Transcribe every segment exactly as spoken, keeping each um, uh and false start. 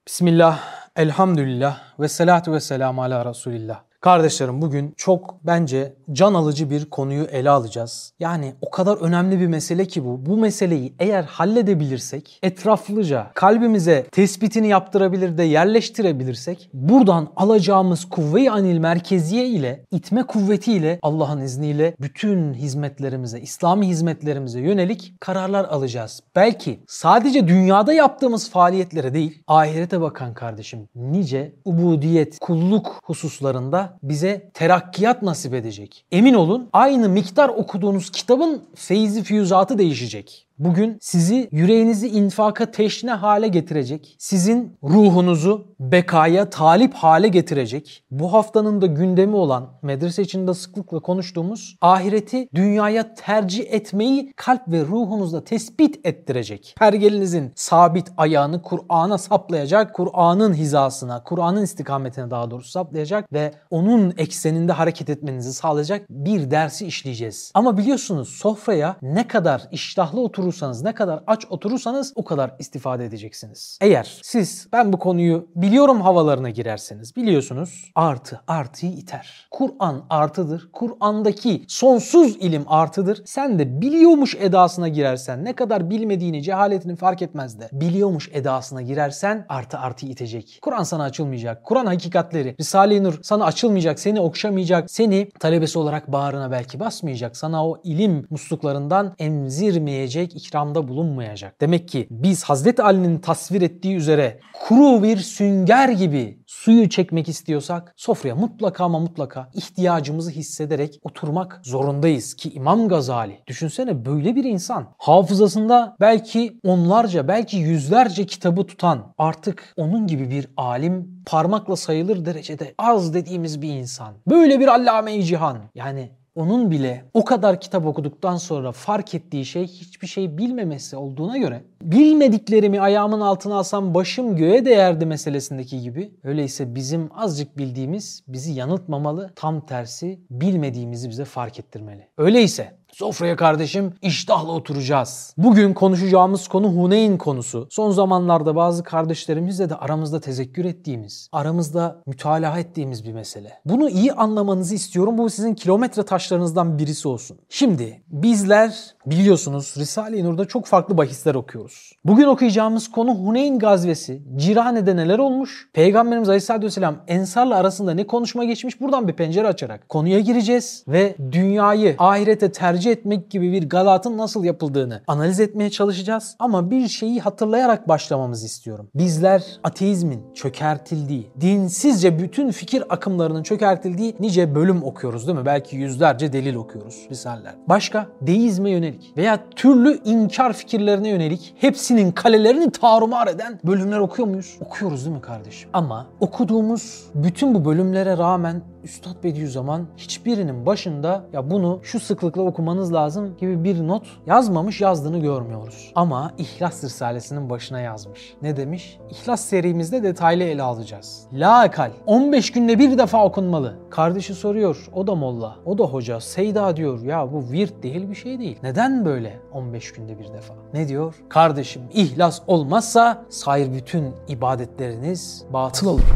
Bismillah, elhamdülillah ve salatu ve selamu ala Resulillah. Kardeşlerim, bugün çok bence can alıcı bir konuyu ele alacağız. Yani o kadar önemli bir mesele ki bu. Bu meseleyi eğer halledebilirsek, etraflıca kalbimize tespitini yaptırabilir de yerleştirebilirsek, buradan alacağımız kuvve-i anil merkeziye ile, itme kuvvetiyle Allah'ın izniyle bütün hizmetlerimize, İslami hizmetlerimize yönelik kararlar alacağız. Belki sadece dünyada yaptığımız faaliyetlere değil, ahirete bakan kardeşim nice ubudiyet, kulluk hususlarında bize terakkiyat nasip edecek. Emin olun, aynı miktar okuduğunuz kitabın feyzi füyüzatı değişecek. Bugün sizi yüreğinizi infaka teşne hale getirecek, sizin ruhunuzu bekaya talip hale getirecek, bu haftanın da gündemi olan, medrese içinde sıklıkla konuştuğumuz ahireti dünyaya tercih etmeyi kalp ve ruhunuzda tespit ettirecek. Pergelinizin sabit ayağını Kur'an'a saplayacak, Kur'an'ın hizasına, Kur'an'ın istikametine daha doğrusu saplayacak ve onun ekseninde hareket etmenizi sağlayacak bir dersi işleyeceğiz. Ama biliyorsunuz, sofraya ne kadar iştahlı oturursanız, ne kadar aç oturursanız o kadar istifade edeceksiniz. Eğer siz ben bu konuyu biliyorum havalarına girerseniz, biliyorsunuz artı artıyı iter. Kur'an artıdır. Kur'an'daki sonsuz ilim artıdır. Sen de biliyormuş edasına girersen, ne kadar bilmediğini, cehaletini fark etmez de biliyormuş edasına girersen artı artıyı itecek. Kur'an sana açılmayacak. Kur'an hakikatleri, Risale-i Nur sana açılmayacak, seni okşamayacak, seni talebesi olarak bağrına belki basmayacak, sana o ilim musluklarından emzirmeyecek, ikramda bulunmayacak. Demek ki biz Hazreti Ali'nin tasvir ettiği üzere kuru bir sünger gibi suyu çekmek istiyorsak sofraya mutlaka ama mutlaka ihtiyacımızı hissederek oturmak zorundayız ki İmam Gazali, düşünsene, böyle bir insan, hafızasında belki onlarca, belki yüzlerce kitabı tutan, artık onun gibi bir alim parmakla sayılır derecede az dediğimiz bir insan. Böyle bir allame-i cihan. Yani onun bile o kadar kitap okuduktan sonra fark ettiği şey hiçbir şey bilmemesi olduğuna göre, bilmediklerimi ayağımın altına alsam başım göğe değerdi meselesindeki gibi, öyleyse bizim azıcık bildiğimiz bizi yanıltmamalı, tam tersi bilmediğimizi bize fark ettirmeli. Öyleyse sofraya kardeşim iştahla oturacağız. Bugün konuşacağımız konu Huneyn konusu. Son zamanlarda bazı kardeşlerimizle de aramızda tezekkür ettiğimiz, aramızda mütalaa ettiğimiz bir mesele. Bunu iyi anlamanızı istiyorum. Bu sizin kilometre taşlarınızdan birisi olsun. Şimdi bizler biliyorsunuz Risale-i Nur'da çok farklı bahisler okuyoruz. Bugün okuyacağımız konu Huneyn gazvesi. Cirane'de neler olmuş? Peygamberimiz Aleyhisselatü Vesselam Ensar'la arasında ne konuşma geçmiş? Buradan bir pencere açarak konuya gireceğiz ve dünyayı ahirete tercih etmek gibi bir galatın nasıl yapıldığını analiz etmeye çalışacağız. Ama bir şeyi hatırlayarak başlamamızı istiyorum. Bizler ateizmin çökertildiği, dinsizce bütün fikir akımlarının çökertildiği nice bölüm okuyoruz değil mi? Belki yüzlerce delil okuyoruz risaleler. Başka deizme yönelik veya türlü inkar fikirlerine yönelik hepsinin kalelerini tarumar eden bölümler okuyor muyuz? Okuyoruz değil mi kardeşim? Ama okuduğumuz bütün bu bölümlere rağmen Üstad Bediüzzaman hiçbirinin başında ya bunu şu sıklıkla okumanız lazım gibi bir not yazmamış, yazdığını görmüyoruz. Ama İhlas Risalesi'nin başına yazmış. Ne demiş? İhlas serimizde detaylı ele alacağız. Lâkal on beş günde bir defa okunmalı. Kardeşi soruyor. O da molla, o da hoca. Seyda diyor ya bu virt değil, bir şey değil. Neden böyle on beş günde bir defa? Ne diyor? Kardeşim, ihlas olmazsa sair bütün ibadetleriniz batıl olur.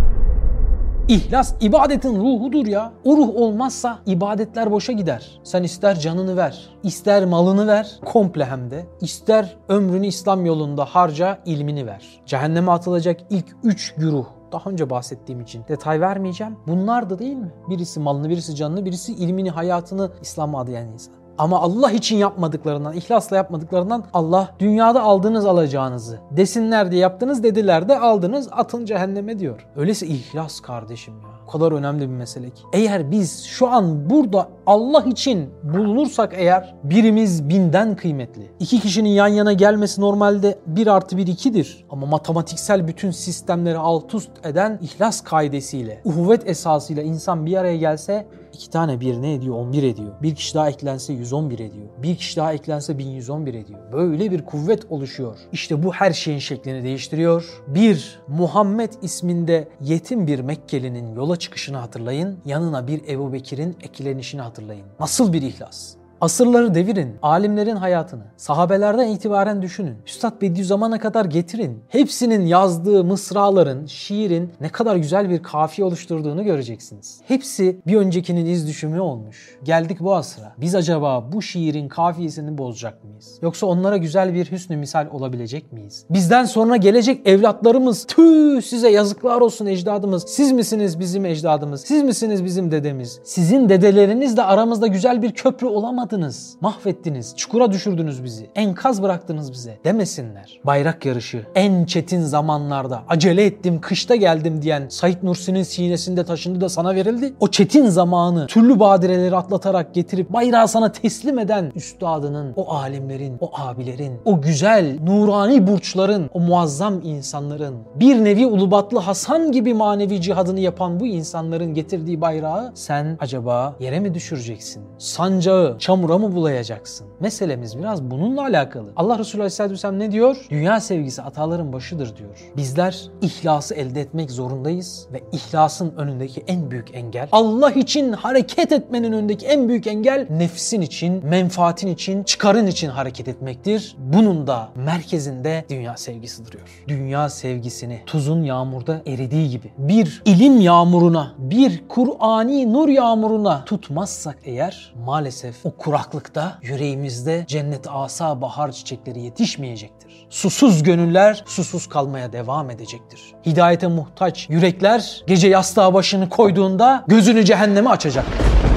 İhlas ibadetin ruhudur ya. O ruh olmazsa ibadetler boşa gider. Sen ister canını ver, ister malını ver, komple hem de. İster ömrünü İslam yolunda harca, ilmini ver. Cehenneme atılacak ilk üç güruh. Daha önce bahsettiğim için detay vermeyeceğim. Bunlar da değil mi? Birisi malını, birisi canını, birisi ilmini, hayatını İslam'a adayan insan. Ama Allah için yapmadıklarından, ihlasla yapmadıklarından Allah dünyada aldığınız alacağınızı desinler diye yaptınız, dediler de aldınız, atın cehenneme diyor. Öyleyse ihlas kardeşim ya. O kadar önemli bir mesele ki. Eğer biz şu an burada Allah için bulunursak eğer birimiz binden kıymetli. İki kişinin yan yana gelmesi normalde bir artı bir ikidir. Ama matematiksel bütün sistemleri alt üst eden ihlas kaidesiyle, uhuvvet esasıyla insan bir araya gelse iki tane bir ne ediyor? on bir ediyor. Bir kişi daha eklense yüz on bir ediyor. Bir kişi daha eklense bin yüz on bir ediyor. Böyle bir kuvvet oluşuyor. İşte bu her şeyin şeklini değiştiriyor. Bir Muhammed isminde yetim bir Mekkelinin yola çıkışını hatırlayın. Yanına bir Ebu Bekir'in eklenişini hatırlayın. Nasıl bir ihlas? Asırları devirin, alimlerin hayatını, sahabelerden itibaren düşünün. Üstad Bediüzzaman'a kadar getirin. Hepsinin yazdığı mısraların, şiirin ne kadar güzel bir kafiye oluşturduğunu göreceksiniz. Hepsi bir öncekinin iz düşümü olmuş. Geldik bu asra. Biz acaba bu şiirin kafiyesini bozacak mıyız? Yoksa onlara güzel bir hüsnü misal olabilecek miyiz? Bizden sonra gelecek evlatlarımız, tüh size yazıklar olsun ecdadımız. Siz misiniz bizim ecdadımız? Siz misiniz bizim dedemiz? Sizin dedelerinizle aramızda güzel bir köprü olamadınız. Mahvettiniz, çukura düşürdünüz bizi. Enkaz bıraktınız bize demesinler. Bayrak yarışı en çetin zamanlarda acele ettim, kışta geldim diyen Said Nursi'nin sinesinde taşındı da sana verildi. O çetin zamanı türlü badireleri atlatarak getirip bayrağı sana teslim eden üstadının, o alimlerin, o abilerin, o güzel nurani burçların, o muazzam insanların, bir nevi Ulubatlı Hasan gibi manevi cihadını yapan bu insanların getirdiği bayrağı sen acaba yere mi düşüreceksin? Sancağı çamura mı bulayacaksın? Meselemiz biraz bununla alakalı. Allah Resulü Aleyhisselatü Vesselam ne diyor? Dünya sevgisi ataların başıdır diyor. Bizler ihlası elde etmek zorundayız ve ihlasın önündeki en büyük engel, Allah için hareket etmenin önündeki en büyük engel, nefsin için, menfaatin için, çıkarın için hareket etmektir. Bunun da merkezinde dünya sevgisi duruyor. Dünya sevgisini tuzun yağmurda eridiği gibi bir ilim yağmuruna, bir Kur'ani nur yağmuruna tutmazsak eğer, maalesef o kuraklıkta yüreğimizde cennet asa bahar çiçekleri yetişmeyecektir. Susuz gönüller susuz kalmaya devam edecektir. Hidayete muhtaç yürekler gece yastığa başını koyduğunda gözünü cehenneme açacak.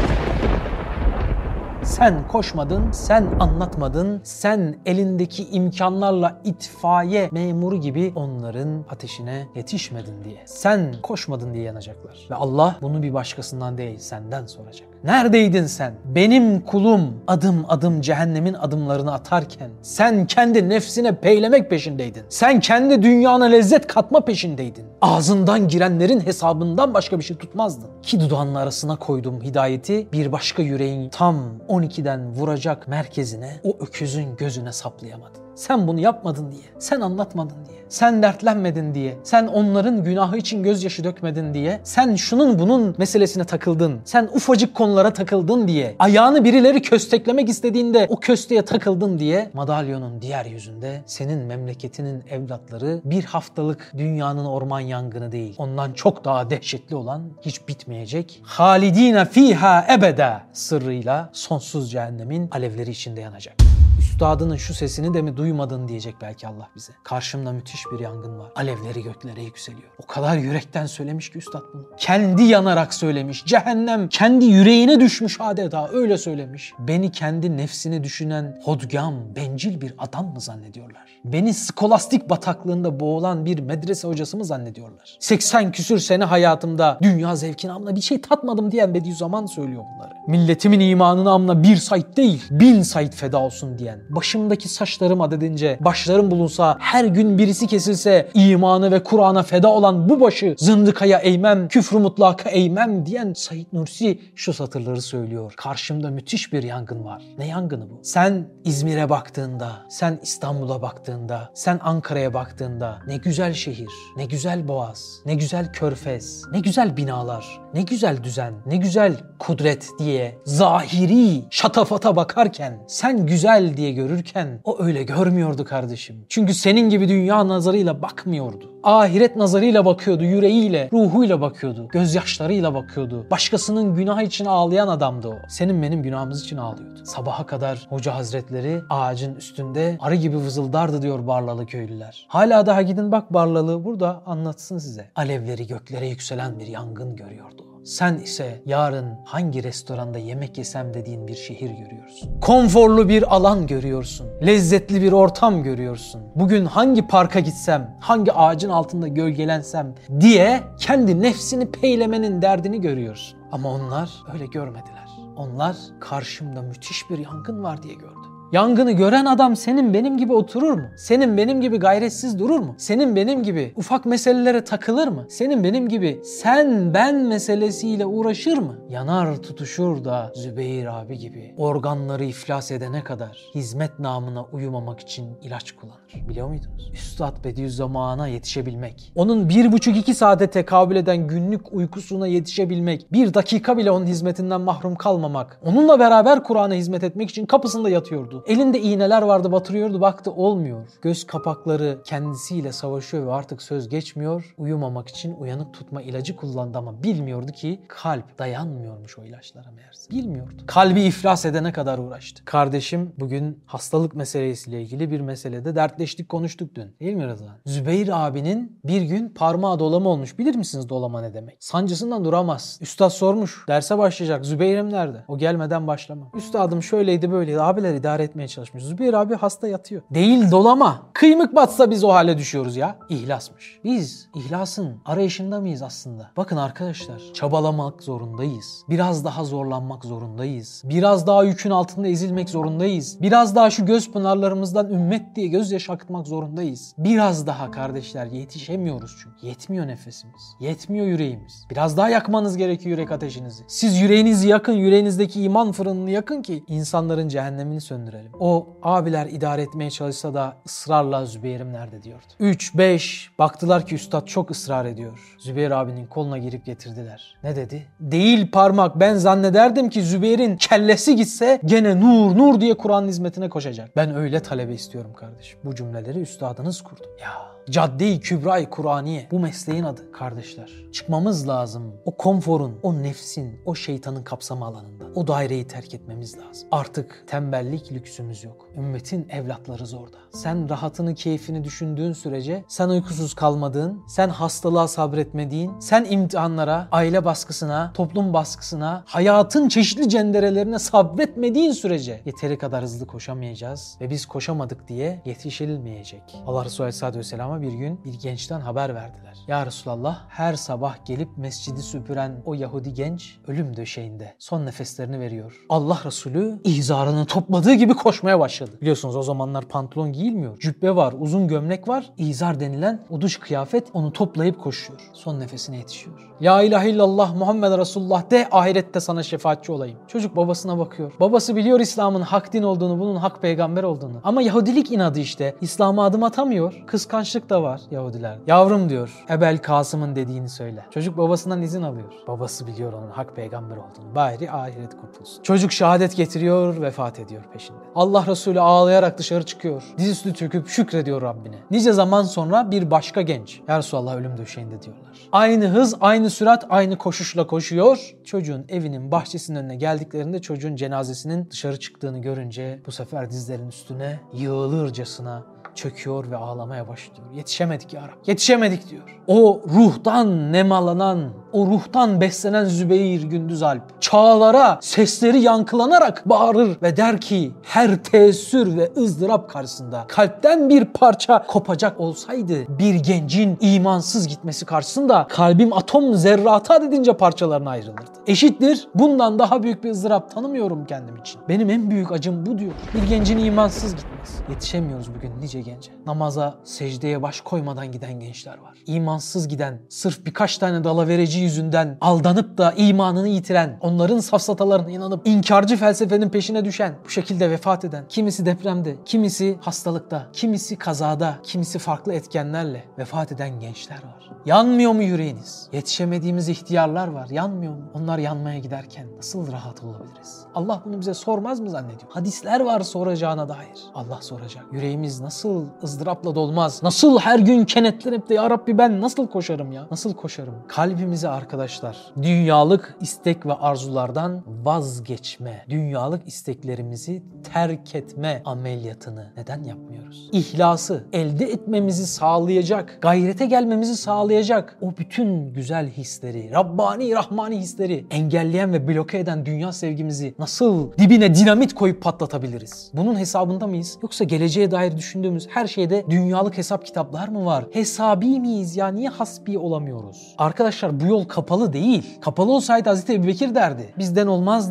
Sen koşmadın, sen anlatmadın, sen elindeki imkanlarla itfaiye memuru gibi onların ateşine yetişmedin diye. Sen koşmadın diye yanacaklar. Ve Allah bunu bir başkasından değil, senden soracak. Neredeydin sen? Benim kulum adım adım cehennemin adımlarını atarken sen kendi nefsine peylemek peşindeydin. Sen kendi dünyana lezzet katma peşindeydin. Ağzından girenlerin hesabından başka bir şey tutmazdın. Ki dudağının arasına koyduğum hidayeti bir başka yüreğin tam on ikiden vuracak merkezine, o öküzün gözüne saplayamadın. Sen bunu yapmadın diye, sen anlatmadın diye, sen dertlenmedin diye, sen onların günahı için gözyaşı dökmedin diye, sen şunun bunun meselesine takıldın, sen ufacık konulara takıldın diye, ayağını birileri kösteklemek istediğinde o kösteğe takıldın diye, madalyonun diğer yüzünde senin memleketinin evlatları bir haftalık dünyanın orman yangını değil, ondan çok daha dehşetli olan, hiç bitmeyecek, halidine fiha ebede sırrıyla sonsuz cehennemin alevleri içinde yanacak. Üstadının şu sesini de mi duymadın diyecek belki Allah bize. Karşımda müthiş bir yangın var. Alevleri göklere yükseliyor. O kadar yürekten söylemiş ki üstad bunu. Kendi yanarak söylemiş. Cehennem kendi yüreğine düşmüş adeta, öyle söylemiş. Beni kendi nefsini düşünen hodgam, bencil bir adam mı zannediyorlar? Beni skolastik bataklığında boğulan bir medrese hocası mı zannediyorlar? seksen küsür sene hayatımda dünya zevkine amına bir şey tatmadım diyen Bediüzzaman söylüyor bunları. Milletimin imanına amına bir Said değil, bin Said feda olsun diyen, başımdaki saçlarım adedince başlarım bulunsa, her gün birisi kesilse imanı ve Kur'an'a feda olan bu başı zındıkaya eğmem, küfrü mutlaka eğmem diyen Said Nursi şu satırları söylüyor. Karşımda müthiş bir yangın var. Ne yangını bu? Sen İzmir'e baktığında, sen İstanbul'a baktığında, sen Ankara'ya baktığında ne güzel şehir, ne güzel boğaz, ne güzel körfez, ne güzel binalar, ne güzel düzen, ne güzel kudret diye zahiri şatafata bakarken, sen güzel diye görürken o öyle görmüyordu kardeşim. Çünkü senin gibi dünya nazarıyla bakmıyordu. Ahiret nazarıyla bakıyordu, yüreğiyle, ruhuyla bakıyordu, gözyaşlarıyla bakıyordu. Başkasının günahı için ağlayan adamdı o. Senin benim günahımız için ağlıyordu. Sabaha kadar Hoca Hazretleri ağacın üstünde arı gibi vızıldardı diyor Barlalı köylüler. Hala daha gidin bak Barlalı burada anlatsın size. Alevleri göklere yükselen bir yangın görüyordu. Sen ise yarın hangi restoranda yemek yesem dediğin bir şehir görüyorsun. Konforlu bir alan görüyorsun. Lezzetli bir ortam görüyorsun. Bugün hangi parka gitsem, hangi ağacın altında gölgelensem diye kendi nefsini peylemenin derdini görüyorsun. Ama onlar öyle görmediler. Onlar karşımda müthiş bir yangın var diye gördü. Yangını gören adam senin benim gibi oturur mu? Senin benim gibi gayretsiz durur mu? Senin benim gibi ufak meselelere takılır mı? Senin benim gibi sen ben meselesiyle uğraşır mı? Yanar tutuşur da Zübeyir abi gibi organları iflas edene kadar hizmet namına uyumamak için ilaç kullanır. Biliyor muydunuz? Üstad Bediüzzaman'a yetişebilmek, onun bir buçuk iki saate tekabül eden günlük uykusuna yetişebilmek, bir dakika bile onun hizmetinden mahrum kalmamak, onunla beraber Kur'an'a hizmet etmek için kapısında yatıyordu. Elinde iğneler vardı, batırıyordu, baktı olmuyor. Göz kapakları kendisiyle savaşıyor ve artık söz geçmiyor. Uyumamak için uyanık tutma ilacı kullandı ama bilmiyordu ki kalp dayanmıyormuş o ilaçlara meğerse. Bilmiyordu. Kalbi iflas edene kadar uğraştı. Kardeşim bugün hastalık meselesiyle ilgili bir meselede dertleştik, konuştuk dün. Değil mi Rıdvan? Zübeyir abinin bir gün parmağı dolama olmuş. Bilir misiniz dolama ne demek? Sancısından duramaz. Üstad sormuş. Derse başlayacak. Zübeyir'im nerede? O gelmeden başlama. Üstadım şöyleydi böyleydi. Abiler idare etmeye çalışmış. Zübeyir abi hasta yatıyor. Değil dolama. Kıymık batsa biz o hale düşüyoruz ya. İhlasmış. Biz ihlasın arayışında mıyız aslında? Bakın arkadaşlar, çabalamak zorundayız. Biraz daha zorlanmak zorundayız. Biraz daha yükün altında ezilmek zorundayız. Biraz daha şu göz pınarlarımızdan ümmet diye gözyaşı akıtmak zorundayız. Biraz daha kardeşler, yetişemiyoruz çünkü. Yetmiyor nefesimiz. Yetmiyor yüreğimiz. Biraz daha yakmanız gerekiyor yürek ateşinizi. Siz yüreğinizi yakın, yüreğinizdeki iman fırınını yakın ki insanların cehennemini söndürelim. O abiler idare etmeye çalışsa da ısrarla Zübeyir'im nerede diyordu. üç beş baktılar ki üstad çok ısrar ediyor. Zübeyir abinin koluna girip getirdiler. Ne dedi? Değil parmak, ben zannederdim ki Zübeyir'in kellesi gitse gene nur nur diye Kur'an'ın hizmetine koşacak. Ben öyle talebe istiyorum kardeşim. Bu cümleleri üstadınız kurdu. Ya Cadde-i Kübra-i Kur'aniye. Bu mesleğin adı kardeşler. Çıkmamız lazım. O konforun, o nefsin, o şeytanın kapsama alanından. O daireyi terk etmemiz lazım. Artık tembellik lüksümüz yok. Ümmetin evlatları zorda. Sen rahatını, keyfini düşündüğün sürece, sen uykusuz kalmadığın, sen hastalığa sabretmediğin, sen imtihanlara, aile baskısına, toplum baskısına, hayatın çeşitli cenderelerine sabretmediğin sürece yeteri kadar hızlı koşamayacağız ve biz koşamadık diye yetişilmeyecek. Allah Resulü Aleyhisselatü Vesselam'a bir gün bir gençten haber verdiler. Ya Resulallah, her sabah gelip mescidi süpüren o Yahudi genç ölüm döşeğinde son nefeslerini veriyor. Allah Resulü ihzarını topladığı gibi koşmaya başladı. Biliyorsunuz o zamanlar pantolon giyilmiyor. Cübbe var, uzun gömlek var. İhzar denilen o dış kıyafet, onu toplayıp koşuyor. Son nefesine yetişiyor. La ilahe illallah Muhammed Resulullah de, ahirette sana şefaatçi olayım. Çocuk babasına bakıyor. Babası biliyor İslam'ın hak din olduğunu, bunun hak peygamber olduğunu. Ama Yahudilik inadı işte. İslam'a adım atamıyor. Kıskançlık da var Yahudiler. Yavrum diyor, Ebel Kasım'ın dediğini söyle. Çocuk babasından izin alıyor. Babası biliyor onun hak peygamber olduğunu. Bari ahiret kurtulsun. Çocuk şehadet getiriyor, vefat ediyor peşinde. Allah Resulü ağlayarak dışarı çıkıyor. Dizüstü çöküp şükrediyor Rabbine. Nice zaman sonra bir başka genç, ya Resulallah ölüm döşeğinde diyorlar. Aynı hız, aynı sürat, aynı koşuşla koşuyor. Çocuğun evinin bahçesinin önüne geldiklerinde çocuğun cenazesinin dışarı çıktığını görünce bu sefer dizlerin üstüne yığılırcasına çöküyor ve ağlamaya başlıyor. Yetişemedik ya Rabbi. Yetişemedik diyor. O ruhtan nemalanan, o ruhtan beslenen Zübeyir Gündüz Alp çağlara sesleri yankılanarak bağırır ve der ki her teessür ve ızdırap karşısında kalpten bir parça kopacak olsaydı bir gencin imansız gitmesi karşısında kalbim atom zerratı adedince parçalarına ayrılırdı. Eşittir. Bundan daha büyük bir ızdırap tanımıyorum kendim için. Benim en büyük acım bu diyor. Bir gencin imansız gitmesi. Yetişemiyoruz bugün nice gence. Namaza, secdeye baş koymadan giden gençler var. İmansız giden, sırf birkaç tane dalavereci yüzünden aldanıp da imanını yitiren, onların safsatalarına inanıp inkarcı felsefenin peşine düşen, bu şekilde vefat eden, kimisi depremde, kimisi hastalıkta, kimisi kazada, kimisi farklı etkenlerle vefat eden gençler var. Yanmıyor mu yüreğiniz? Yetişemediğimiz ihtiyarlar var. Yanmıyor mu? Onlar yanmaya giderken nasıl rahat olabiliriz? Allah bunu bize sormaz mı zannediyor? Hadisler var soracağına dair. Allah soracak. Yüreğimiz nasıl ızdırapla dolmaz? Nasıl her gün kenetlenip de ya Rabbi ben nasıl koşarım ya? Nasıl koşarım? Kalbimize arkadaşlar dünyalık istek ve arzulardan vazgeçme, dünyalık isteklerimizi terk etme ameliyatını neden yapmıyoruz? İhlası elde etmemizi sağlayacak, gayrete gelmemizi sağlayacak o bütün güzel hisleri, Rabbani, Rahmani hisleri engelleyen ve bloke eden dünya sevgimizi nasıl dibine dinamit koyup patlatabiliriz? Bunun hesabında mıyız? Yoksa geleceğe dair düşündüğümüz her şeyde dünyalık hesap kitaplar mı var? Hesabi miyiz ya? Niye hasbi olamıyoruz? Arkadaşlar bu yol kapalı değil. Kapalı olsaydı Hazreti Ebubekir derdi. Bizden olmaz derdi.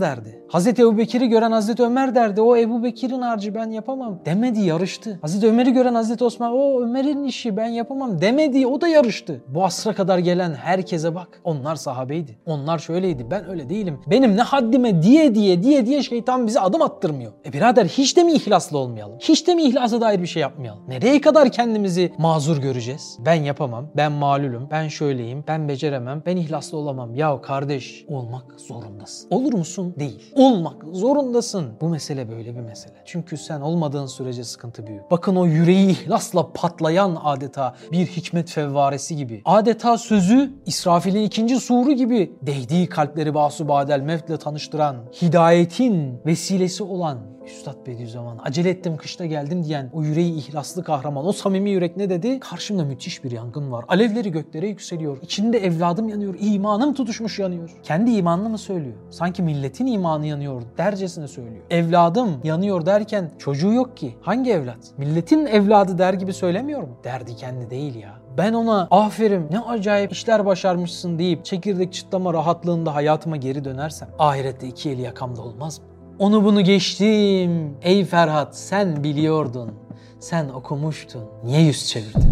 Hazreti Ebubekir'i gören Hazreti Ömer derdi o Ebubekir'in harcı ben yapamam demedi, yarıştı. Hazreti Ömer'i gören Hazreti Osman o Ömer'in işi ben yapamam demedi, o da yarıştı. Bu asra kadar gelen herkese bak. Onlar sahabeydi. Onlar şöyleydi. Ben öyle değilim. Benim ne haddime diye diye diye diye şeytan bize adım attırmıyor. E birader hiç de mi ihlaslı olmayalım? Hiç de mi ihlasa dair bir şey yapmayalım? Nereye kadar kendimizi mazur göreceğiz? Ben yapamam. Ben malulüm. Ben şöyleyim. Ben beceremem. Ben ihlaslı olamam. Ya kardeş olmak zorundasın. Olur musun? Değil. Olmak zorundasın. Bu mesele böyle bir mesele. Çünkü sen olmadığın sürece sıkıntı büyük. Bakın o yüreği ihlasla patlayan adeta bir hikmet fevvaresi gibi. Adeta sözü İsrafil'in ikinci suru gibi değdiği kalpleri basubadel mevtle tanıştıran, hidayetin vesilesi olan Üstad Bediüzzaman, acele ettim kışta geldim diyen o yüreği ihlaslı kahraman, o samimi yürek ne dedi? Karşımda müthiş bir yangın var. Alevleri göklere yükseliyor. İçinde evladım yanıyor. İmanım tutuşmuş yanıyor. Kendi imanını mı söylüyor? Sanki milletin imanı yanıyor dercesine söylüyor. Evladım yanıyor derken çocuğu yok ki. Hangi evlat? Milletin evladı der gibi söylemiyor mu? Derdi kendi değil ya. Ben ona aferin ne acayip işler başarmışsın deyip çekirdek çıtlama rahatlığında hayatıma geri dönersem ahirette iki eli yakamda olmaz mı? Onu bunu geçtim. Ey Ferhat sen biliyordun. Sen okumuştun. Niye yüz çevirdin?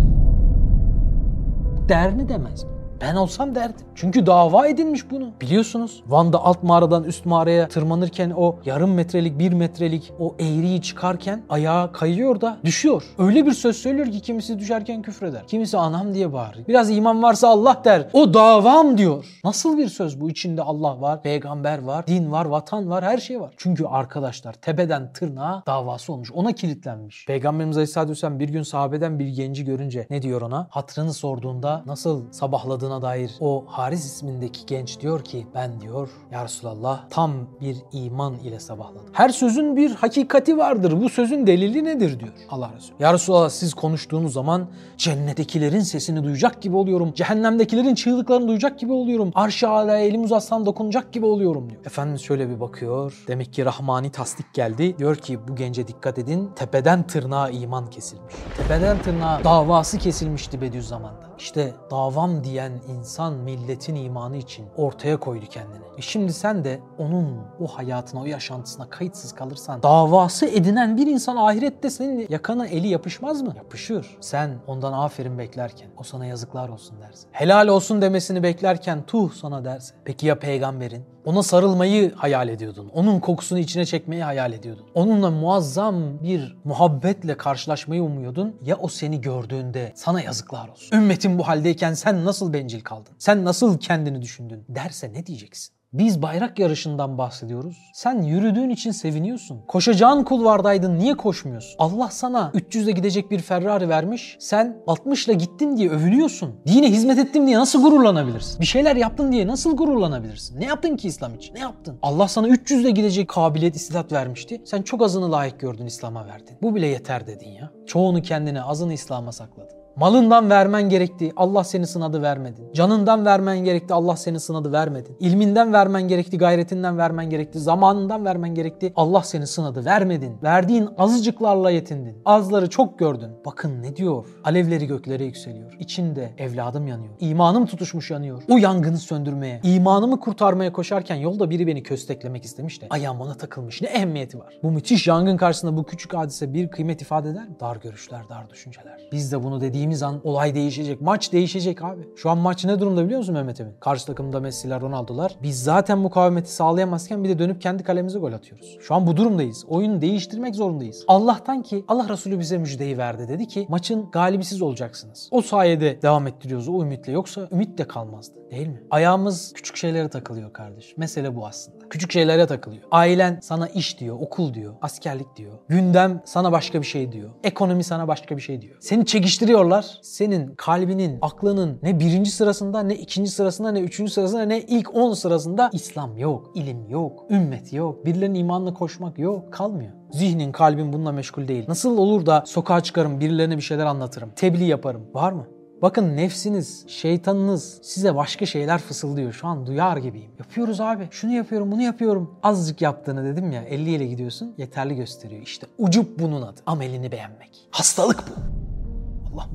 Der mi demez mi? Ben olsam derdim. Çünkü dava edilmiş bunu. Biliyorsunuz Van'da alt mağaradan üst mağaraya tırmanırken o yarım metrelik bir metrelik o eğriyi çıkarken ayağı kayıyor da düşüyor. Öyle bir söz söylüyor ki kimisi düşerken küfreder. Kimisi anam diye bağırır. Biraz iman varsa Allah der. O davam diyor. Nasıl bir söz bu? İçinde Allah var, peygamber var, din var, vatan var, her şey var. Çünkü arkadaşlar tepeden tırnağa davası olmuş. Ona kilitlenmiş. Peygamberimiz Aleyhisselatü Vesselam bir gün sahabeden bir genci görünce ne diyor ona? Hatırını sorduğunda nasıl sabahladığına dair o Haris ismindeki genç diyor ki ben diyor ya Resulallah tam bir iman ile sabahladım. Her sözün bir hakikati vardır. Bu sözün delili nedir diyor Allah Resulü. Ya Resulallah siz konuştuğunuz zaman cennettekilerin sesini duyacak gibi oluyorum. Cehennemdekilerin çığlıklarını duyacak gibi oluyorum. Arş-ı alaya elim uzatsam dokunacak gibi oluyorum diyor. Efendimiz şöyle bir bakıyor. Demek ki Rahmani tasdik geldi. Diyor ki bu gence dikkat edin. Tepeden tırnağa iman kesilmiş. Tepeden tırnağa davası kesilmişti Bediüzzaman'da. İşte davam diyen insan milletin imanı için ortaya koydu kendini. E şimdi sen de onun o hayatına, o yaşantısına kayıtsız kalırsan davası edinen bir insan ahirette senin yakana eli yapışmaz mı? Yapışır. Sen ondan aferin beklerken o sana yazıklar olsun dersin. Helal olsun demesini beklerken tuh sana dersin. Peki ya peygamberin? Ona sarılmayı hayal ediyordun. Onun kokusunu içine çekmeyi hayal ediyordun. Onunla muazzam bir muhabbetle karşılaşmayı umuyordun. Ya o seni gördüğünde sana yazıklar olsun. Ümmetin bu haldeyken sen nasıl bencil kaldın? Sen nasıl kendini düşündün? Derse ne diyeceksin? Biz bayrak yarışından bahsediyoruz. Sen yürüdüğün için seviniyorsun. Koşacağın kulvardaydın, niye koşmuyorsun? Allah sana üç yüzle gidecek bir Ferrari vermiş. Sen altmışla gittin diye övünüyorsun. Dine hizmet ettim diye nasıl gururlanabilirsin? Bir şeyler yaptın diye nasıl gururlanabilirsin? Ne yaptın ki İslam için? Ne yaptın? Allah sana üç yüzle gidecek kabiliyet, istidat vermişti. Sen çok azını layık gördün, İslam'a verdin. Bu bile yeter dedin ya. Çoğunu kendine, azını İslam'a sakladın. Malından vermen gerekti, Allah seni sınadı vermedin. Canından vermen gerekti, Allah seni sınadı vermedin. İlminden vermen gerekti, gayretinden vermen gerekti. Zamanından vermen gerekti, Allah seni sınadı vermedin. Verdiğin azıcıklarla yetindin. Azları çok gördün. Bakın ne diyor? Alevleri göklere yükseliyor. İçinde evladım yanıyor. İmanım tutuşmuş yanıyor. O yangını söndürmeye, imanımı kurtarmaya koşarken yolda biri beni kösteklemek istemiş de ayağım ona takılmış. Ne ehemmiyeti var? Bu müthiş yangın karşısında bu küçük hadise bir kıymet ifade eder mi? Dar görüşler, dar düşünceler. Biz de bunu dediğimiz an olay değişecek. Maç değişecek abi. Şu an maç ne durumda biliyor musun Mehmet Emin? Karşı takımda Messi'ler, Ronaldo'lar. Biz zaten mukavemeti sağlayamazken bir de dönüp kendi kalemize gol atıyoruz. Şu an bu durumdayız. Oyunu değiştirmek zorundayız. Allah'tan ki Allah Resulü bize müjdeyi verdi. Dedi ki maçın galibi siz olacaksınız. O sayede devam ettiriyoruz o ümitle. Yoksa ümit de kalmazdı. Değil mi? Ayağımız küçük şeylere takılıyor kardeş. Mesele bu aslında. Küçük şeylere takılıyor. Ailen sana iş diyor, okul diyor, askerlik diyor. Gündem sana başka bir şey diyor. Ekonomi sana başka bir şey diyor. Seni çekiştiriyorlar. Senin kalbinin, aklının ne birinci sırasında, ne ikinci sırasında, ne üçüncü sırasında, ne ilk on sırasında İslam yok, ilim yok, ümmet yok, birilerinin imanına koşmak yok, kalmıyor. Zihnin, kalbin bununla meşgul değil. Nasıl olur da sokağa çıkarım, birilerine bir şeyler anlatırım, tebliğ yaparım. Var mı? Bakın nefsiniz, şeytanınız size başka şeyler fısıldıyor. Şu an duyar gibiyim. Yapıyoruz abi. Şunu yapıyorum, bunu yapıyorum. Azıcık yaptığını dedim ya, elli ile gidiyorsun. Yeterli gösteriyor. İşte ucup bunun adı. Amelini beğenmek. Hastalık bu. Allah muhafaza.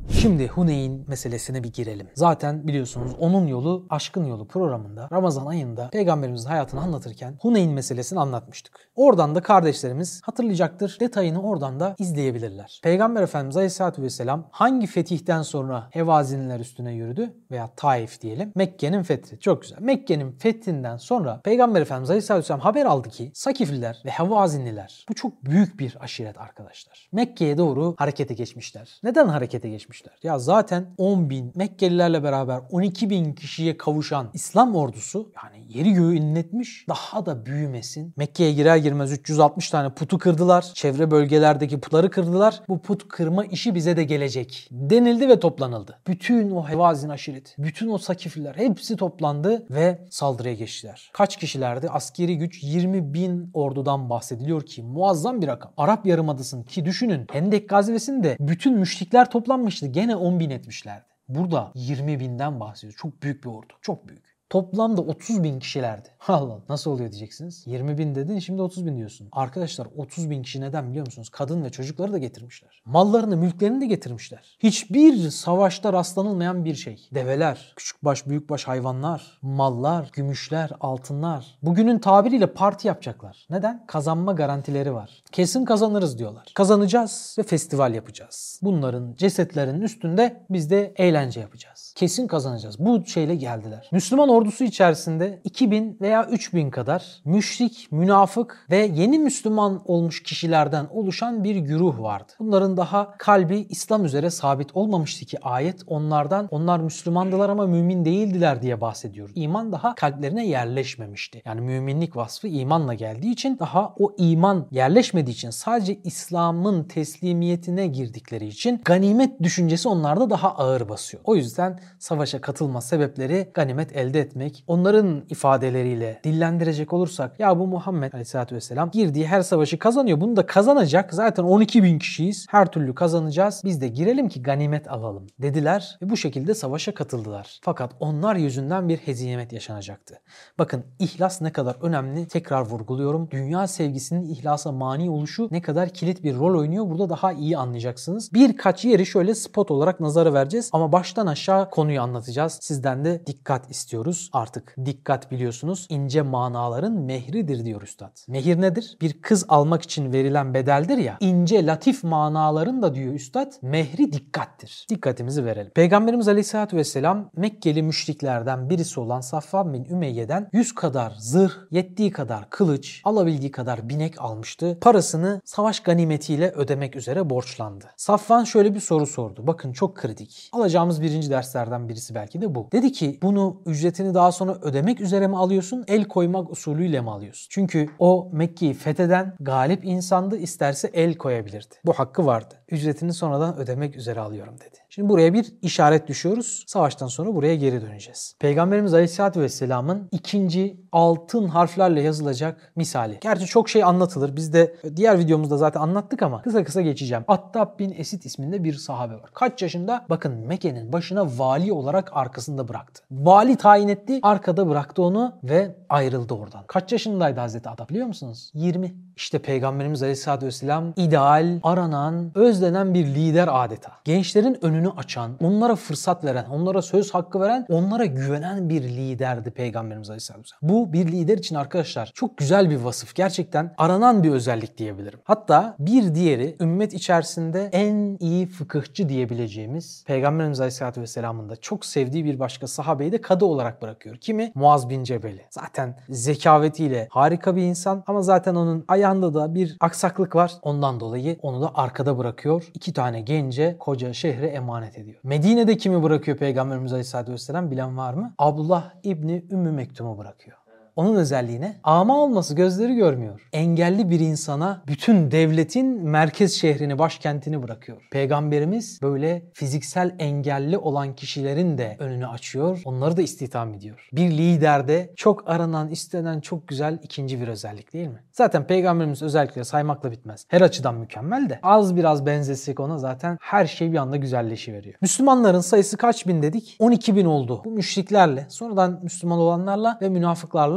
Şimdi Huneyn meselesine bir girelim. Zaten biliyorsunuz Onun Yolu Aşkın Yolu programında Ramazan ayında Peygamberimizin hayatını anlatırken Huneyn meselesini anlatmıştık. Oradan da kardeşlerimiz hatırlayacaktır. Detayını oradan da izleyebilirler. Peygamber Efendimiz Aleyhisselatü Vesselam hangi fetihten sonra Hevaziniler üstüne yürüdü? Veya Taif diyelim. Mekke'nin fethi. Çok güzel. Mekke'nin fethinden sonra Peygamber Efendimiz Aleyhisselatü Vesselam haber aldı ki Sakifliler ve Hevazinliler bu çok büyük bir aşiret arkadaşlar. Mekke'ye doğru harekete geçmişler. Neden harekete geçmişler? Ya zaten on bin Mekkelilerle beraber on iki bin kişiye kavuşan İslam ordusu yani yeri göğü inletmiş. Daha da büyümesin. Mekke'ye girer girmez üç yüz altmış tane putu kırdılar. Çevre bölgelerdeki putları kırdılar. Bu put kırma işi bize de gelecek denildi ve toplanıldı. Bütün o Hevazin aşireti, bütün o Sakifliler hepsi toplandı ve saldırıya geçtiler. Kaç kişilerdi? Askeri güç yirmi bin ordudan bahsediliyor ki muazzam bir rakam. Arap Yarımadası'nın ki düşünün Hendek gazvesinde bütün müşrikler toplanmıştı. Gene on bin etmişlerdi. Burada yirmi binden bahsediyoruz. Çok büyük bir ordu. Çok büyük. Toplamda otuz bin kişilerdi. Allah nasıl oluyor diyeceksiniz. yirmi bin dedin şimdi otuz bin diyorsun. Arkadaşlar otuz bin kişi neden biliyor musunuz? Kadın ve çocukları da getirmişler. Mallarını, mülklerini de getirmişler. Hiçbir savaşta rastlanılmayan bir şey. Develer, küçükbaş, büyükbaş hayvanlar, mallar, gümüşler, altınlar. Bugünün tabiriyle parti yapacaklar. Neden? Kazanma garantileri var. Kesin kazanırız diyorlar. Kazanacağız ve festival yapacağız. Bunların cesetlerinin üstünde biz de eğlence yapacağız. Kesin kazanacağız. Bu şeyle geldiler. Müslüman ordusu içerisinde iki bin veya üç bin kadar müşrik, münafık ve yeni Müslüman olmuş kişilerden oluşan bir güruh vardı. Bunların daha kalbi İslam üzere sabit olmamıştı ki ayet onlardan onlar Müslümandılar ama mümin değildiler diye bahsediyor. İman daha kalplerine yerleşmemişti. Yani müminlik vasfı imanla geldiği için daha o iman yerleşmediği için sadece İslam'ın teslimiyetine girdikleri için ganimet düşüncesi onlarda daha ağır basıyor. O yüzden savaşa katılma sebepleri ganimet elde etmek. Onların ifadeleriyle dillendirecek olursak ya bu Muhammed Aleyhisselatü Vesselam girdiği her savaşı kazanıyor. Bunu da kazanacak. Zaten on iki bin kişiyiz. Her türlü kazanacağız. Biz de girelim ki ganimet alalım dediler ve bu şekilde savaşa katıldılar. Fakat onlar yüzünden bir hezimet yaşanacaktı. Bakın ihlas ne kadar önemli. Tekrar vurguluyorum. Dünya sevgisinin ihlasa mani oluşu ne kadar kilit bir rol oynuyor. Burada daha iyi anlayacaksınız. Birkaç yeri şöyle spot olarak nazara vereceğiz ama baştan aşağı konuyu anlatacağız. Sizden de dikkat istiyoruz. Artık dikkat biliyorsunuz ince manaların mehridir diyor üstad. Mehir nedir? Bir kız almak için verilen bedeldir ya. İnce latif manaların da diyor üstad mehri dikkattir. Dikkatimizi verelim. Peygamberimiz Aleyhisselatü Vesselam Mekkeli müşriklerden birisi olan Safvan bin Ümeyye'den yüz kadar zırh, yettiği kadar kılıç, alabildiği kadar binek almıştı. Parasını savaş ganimetiyle ödemek üzere borçlandı. Safvan şöyle bir soru sordu. Bakın çok kritik. Alacağımız birinci derslerden birisi belki de bu. Dedi ki bunu ücretini daha sonra ödemek üzere mi alıyorsun? El koymak usulüyle mi alıyorsun? Çünkü o Mekke'yi fetheden galip insandı. İsterse el koyabilirdi. Bu hakkı vardı. Ücretini sonradan ödemek üzere alıyorum dedi. Şimdi buraya bir işaret düşüyoruz. Savaştan sonra buraya geri döneceğiz. Peygamberimiz Aleyhisselatü Vesselam'ın ikinci altın harflerle yazılacak misali. Gerçi çok şey anlatılır. Biz de diğer videomuzda zaten anlattık ama kısa kısa geçeceğim. Attab bin Esid isminde bir sahabe var. Kaç yaşında? Bakın Mekke'nin başına vali olarak arkasında bıraktı. Vali tayin etti, arkada bıraktı onu ve ayrıldı oradan. Kaç yaşındaydı Hazreti Attab biliyor musunuz? yirmi. İşte Peygamberimiz Aleyhisselatü Vesselam ideal, aranan, özlenen bir lider adeta. Gençlerin önünü açan, onlara fırsat veren, onlara söz hakkı veren, onlara güvenen bir liderdi Peygamberimiz Aleyhisselatü Vesselam. Bu bir lider için arkadaşlar çok güzel bir vasıf. Gerçekten aranan bir özellik diyebilirim. Hatta bir diğeri ümmet içerisinde en iyi fıkıhçı diyebileceğimiz Peygamberimiz Aleyhisselatü Vesselam'ın da çok sevdiği bir başka sahabeyi de kadı olarak bırakıyor. Kimi? Muaz bin Cebel'i. Zaten zekavetiyle harika bir insan ama zaten onun ayağında da bir aksaklık var. Ondan dolayı onu da arkada bırakıyor. İki tane gence koca şehre emanet ediyor. Medine'de kimi bırakıyor Peygamberimiz Aleyhisselatü Vesselam bilen var mı? Abdullah İbni Ümmü Mektum'u bırakıyor. Onun özelliği ne? Ama olması, gözleri görmüyor. Engelli bir insana bütün devletin merkez şehrini, başkentini bırakıyor. Peygamberimiz böyle fiziksel engelli olan kişilerin de önünü açıyor. Onları da istihdam ediyor. Bir liderde çok aranan, istenen çok güzel ikinci bir özellik değil mi? Zaten Peygamberimiz özellikleri saymakla bitmez. Her açıdan mükemmel de az biraz benzesek ona zaten her şey bir anda güzelleşiveriyor. Müslümanların sayısı kaç bin dedik? on iki bin oldu. Bu müşriklerle, sonradan Müslüman olanlarla ve münafıklarla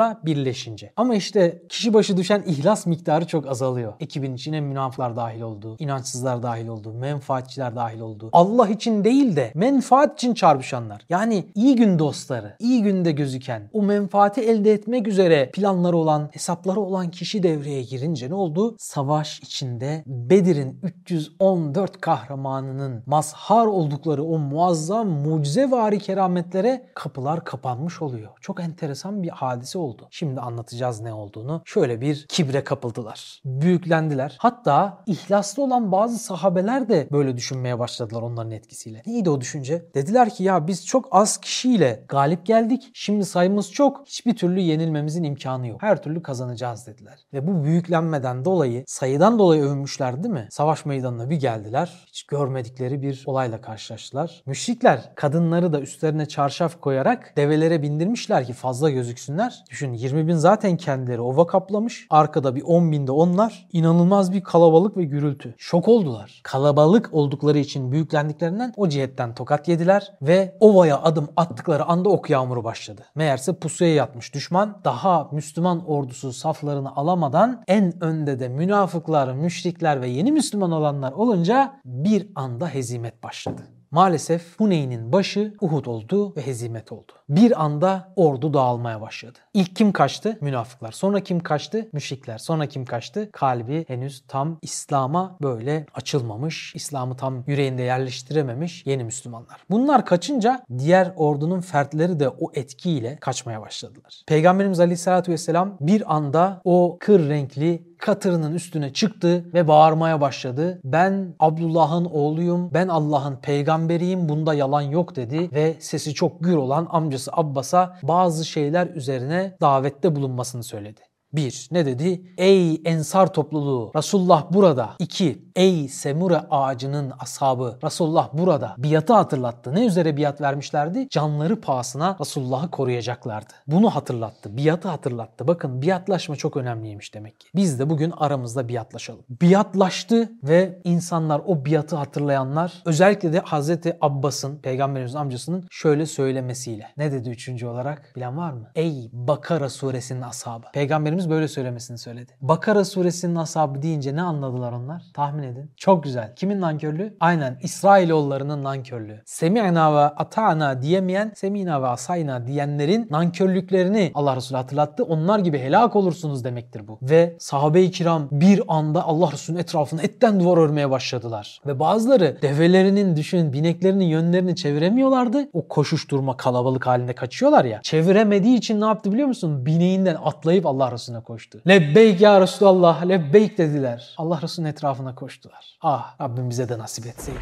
anda birleşince. Ama işte kişi başı düşen ihlas miktarı çok azalıyor. Ekibin içine münafıklar dahil oldu, inançsızlar dahil oldu, menfaatçiler dahil oldu. Allah için değil de menfaat için çarpışanlar. Yani iyi gün dostları, iyi günde gözüken, o menfaati elde etmek üzere planları olan, hesapları olan kişi devreye girince ne oldu? Savaş içinde Bedir'in üç yüz on dört kahramanının mazhar oldukları o muazzam mucizevari kerametlere kapılar kapanmış oluyor. Çok enteresan bir hadise oldu. Şimdi anlatacağız ne olduğunu. Şöyle bir kibre kapıldılar. Büyüklendiler. Hatta ihlaslı olan bazı sahabeler de böyle düşünmeye başladılar onların etkisiyle. Neydi o düşünce? Dediler ki ya biz çok az kişiyle galip geldik. Şimdi sayımız çok. Hiçbir türlü yenilmemizin imkanı yok. Her türlü kazanacağız dediler. Ve bu büyüklenmeden dolayı, sayıdan dolayı övünmüşler değil mi? Savaş meydanına bir geldiler. Hiç görmedikleri bir olayla karşılaştılar. Müşrikler kadınları da üstlerine çarşaf koyarak develere bindirmişler ki fazla gözüksünler. Düşün yirmi bin zaten kendileri ova kaplamış. Arkada bir on binde onlar. İnanılmaz bir kalabalık ve gürültü. Şok oldular. Kalabalık oldukları için büyüklendiklerinden o cihetten tokat yediler ve ovaya adım attıkları anda ok yağmuru başladı. Meğerse pusuya yatmış düşman daha Müslüman ordusu saflarını alamadan en önde de münafıklar, müşrikler ve yeni Müslüman olanlar olunca bir anda hezimet başladı. Maalesef Huneyn'in başı Uhud oldu ve hezimet oldu. Bir anda ordu dağılmaya başladı. İlk kim kaçtı? Münafıklar. Sonra kim kaçtı? Müşrikler. Sonra kim kaçtı? Kalbi henüz tam İslam'a böyle açılmamış, İslam'ı tam yüreğinde yerleştirememiş yeni Müslümanlar. Bunlar kaçınca diğer ordunun fertleri de o etkiyle kaçmaya başladılar. Peygamberimiz Aleyhisselatü Vesselam bir anda o kır renkli katırının üstüne çıktı ve bağırmaya başladı. Ben Abdullah'ın oğluyum, ben Allah'ın peygamberiyim, bunda yalan yok dedi ve sesi çok gür olan amcası Abbas'a bazı şeyler üzerine davette bulunmasını söyledi. Bir, ne dedi? Ey Ensar topluluğu, Resulullah burada. İki, ey Semure ağacının ashabı, Resulullah burada. Biatı hatırlattı. Ne üzere biat vermişlerdi? Canları pahasına Resulullah'ı koruyacaklardı. Bunu hatırlattı. Biatı hatırlattı. Bakın biatlaşma çok önemliymiş demek ki. Biz de bugün aramızda biatlaşalım. Biatlaştı ve insanlar o biatı hatırlayanlar özellikle de Hazreti Abbas'ın, Peygamberimizin amcasının şöyle söylemesiyle. Ne dedi üçüncü olarak? Bilen var mı? Ey Bakara suresinin ashabı. Peygamberimiz böyle söylemesini söyledi. Bakara suresinin ashabı deyince ne anladılar onlar? Tahmin edin. Çok güzel. Kimin nankörlüğü? Aynen İsrailoğullarının nankörlüğü. Semi'na ve ata'na diyemeyen, semi'na ve asayna diyenlerin nankörlüklerini Allah Resulü hatırlattı. Onlar gibi helak olursunuz demektir bu. Ve sahabe-i kiram bir anda Allah Resulü'nün etrafını etten duvar örmeye başladılar. Ve bazıları develerinin, düşün, bineklerinin yönlerini çeviremiyorlardı. O koşuşturma kalabalık halinde kaçıyorlar ya. Çeviremediği için ne yaptı biliyor musun? Bineğinden atlayıp Allah Resulü'ne koştu. Lebbeyk ya Resulallah, lebbeyk dediler. Allah Resulü'nün etrafına koştular. Ah, Rabbim bize de nasip etseydi.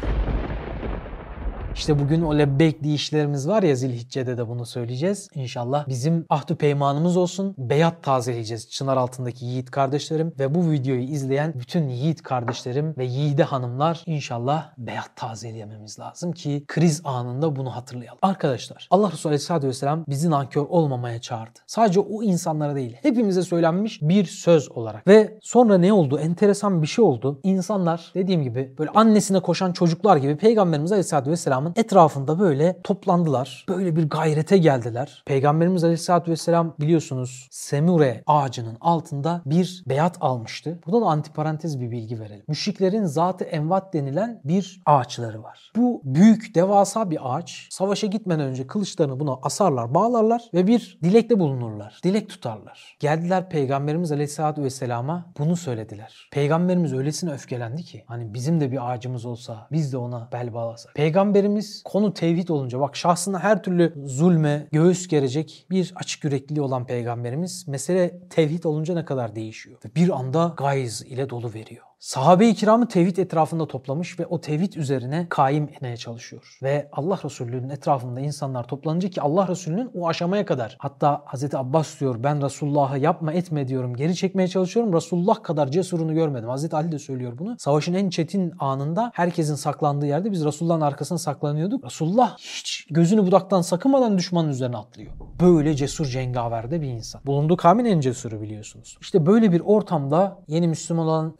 İşte bugün o lebbeyk deyişlerimiz var ya, Zilhicce'de de bunu söyleyeceğiz. İnşallah bizim ahdü peymanımız olsun. Beyat tazeleyeceğiz çınar altındaki yiğit kardeşlerim ve bu videoyu izleyen bütün yiğit kardeşlerim ve yiğide hanımlar inşallah beyat tazeleyememiz lazım ki kriz anında bunu hatırlayalım. Arkadaşlar Allah Resulü Aleyhisselatü Vesselam bizi nankör olmamaya çağırdı. Sadece o insanlara değil, hepimize söylenmiş bir söz olarak. Ve sonra ne oldu? Enteresan bir şey oldu. İnsanlar dediğim gibi böyle annesine koşan çocuklar gibi Peygamberimiz Aleyhisselatü Vesselam etrafında böyle toplandılar. Böyle bir gayrete geldiler. Peygamberimiz Aleyhisselatü Vesselam biliyorsunuz Semure ağacının altında bir beyat almıştı. Burada da antiparantez bir bilgi verelim. Müşriklerin Zat-ı Envat denilen bir ağaçları var. Bu büyük, devasa bir ağaç. Savaşa gitmeden önce kılıçlarını buna asarlar, bağlarlar ve bir dilekte bulunurlar. Dilek tutarlar. Geldiler Peygamberimiz Aleyhisselatü Vesselam'a bunu söylediler. Peygamberimiz öylesine öfkelendi ki hani bizim de bir ağacımız olsa biz de ona bel bağlasak. Peygamberimiz konu tevhid olunca, bak şahsına her türlü zulme göğüs gerecek bir açık yürekliliği olan Peygamberimiz mesele tevhid olunca ne kadar değişiyor. Ve bir anda gayz ile dolu veriyor. Sahabe-i kiramı tevhid etrafında toplamış ve o tevhid üzerine kaim etmeye çalışıyor. Ve Allah Resulü'nün etrafında insanlar toplanınca ki Allah Resulü'nün o aşamaya kadar, hatta Hazreti Abbas diyor ben Resulullah'a yapma etme diyorum, geri çekmeye çalışıyorum. Resulullah kadar cesurunu görmedim. Hazreti Ali de söylüyor bunu. Savaşın en çetin anında herkesin saklandığı yerde biz Resulullah'ın arkasına saklanıyorduk. Resulullah hiç gözünü budaktan sakınmadan düşmanın üzerine atlıyor. Böyle cesur cengaverde bir insan. Bulunduğu kavmin en cesuru biliyorsunuz. İşte böyle bir ortamda yeni Müslüman olan veya işte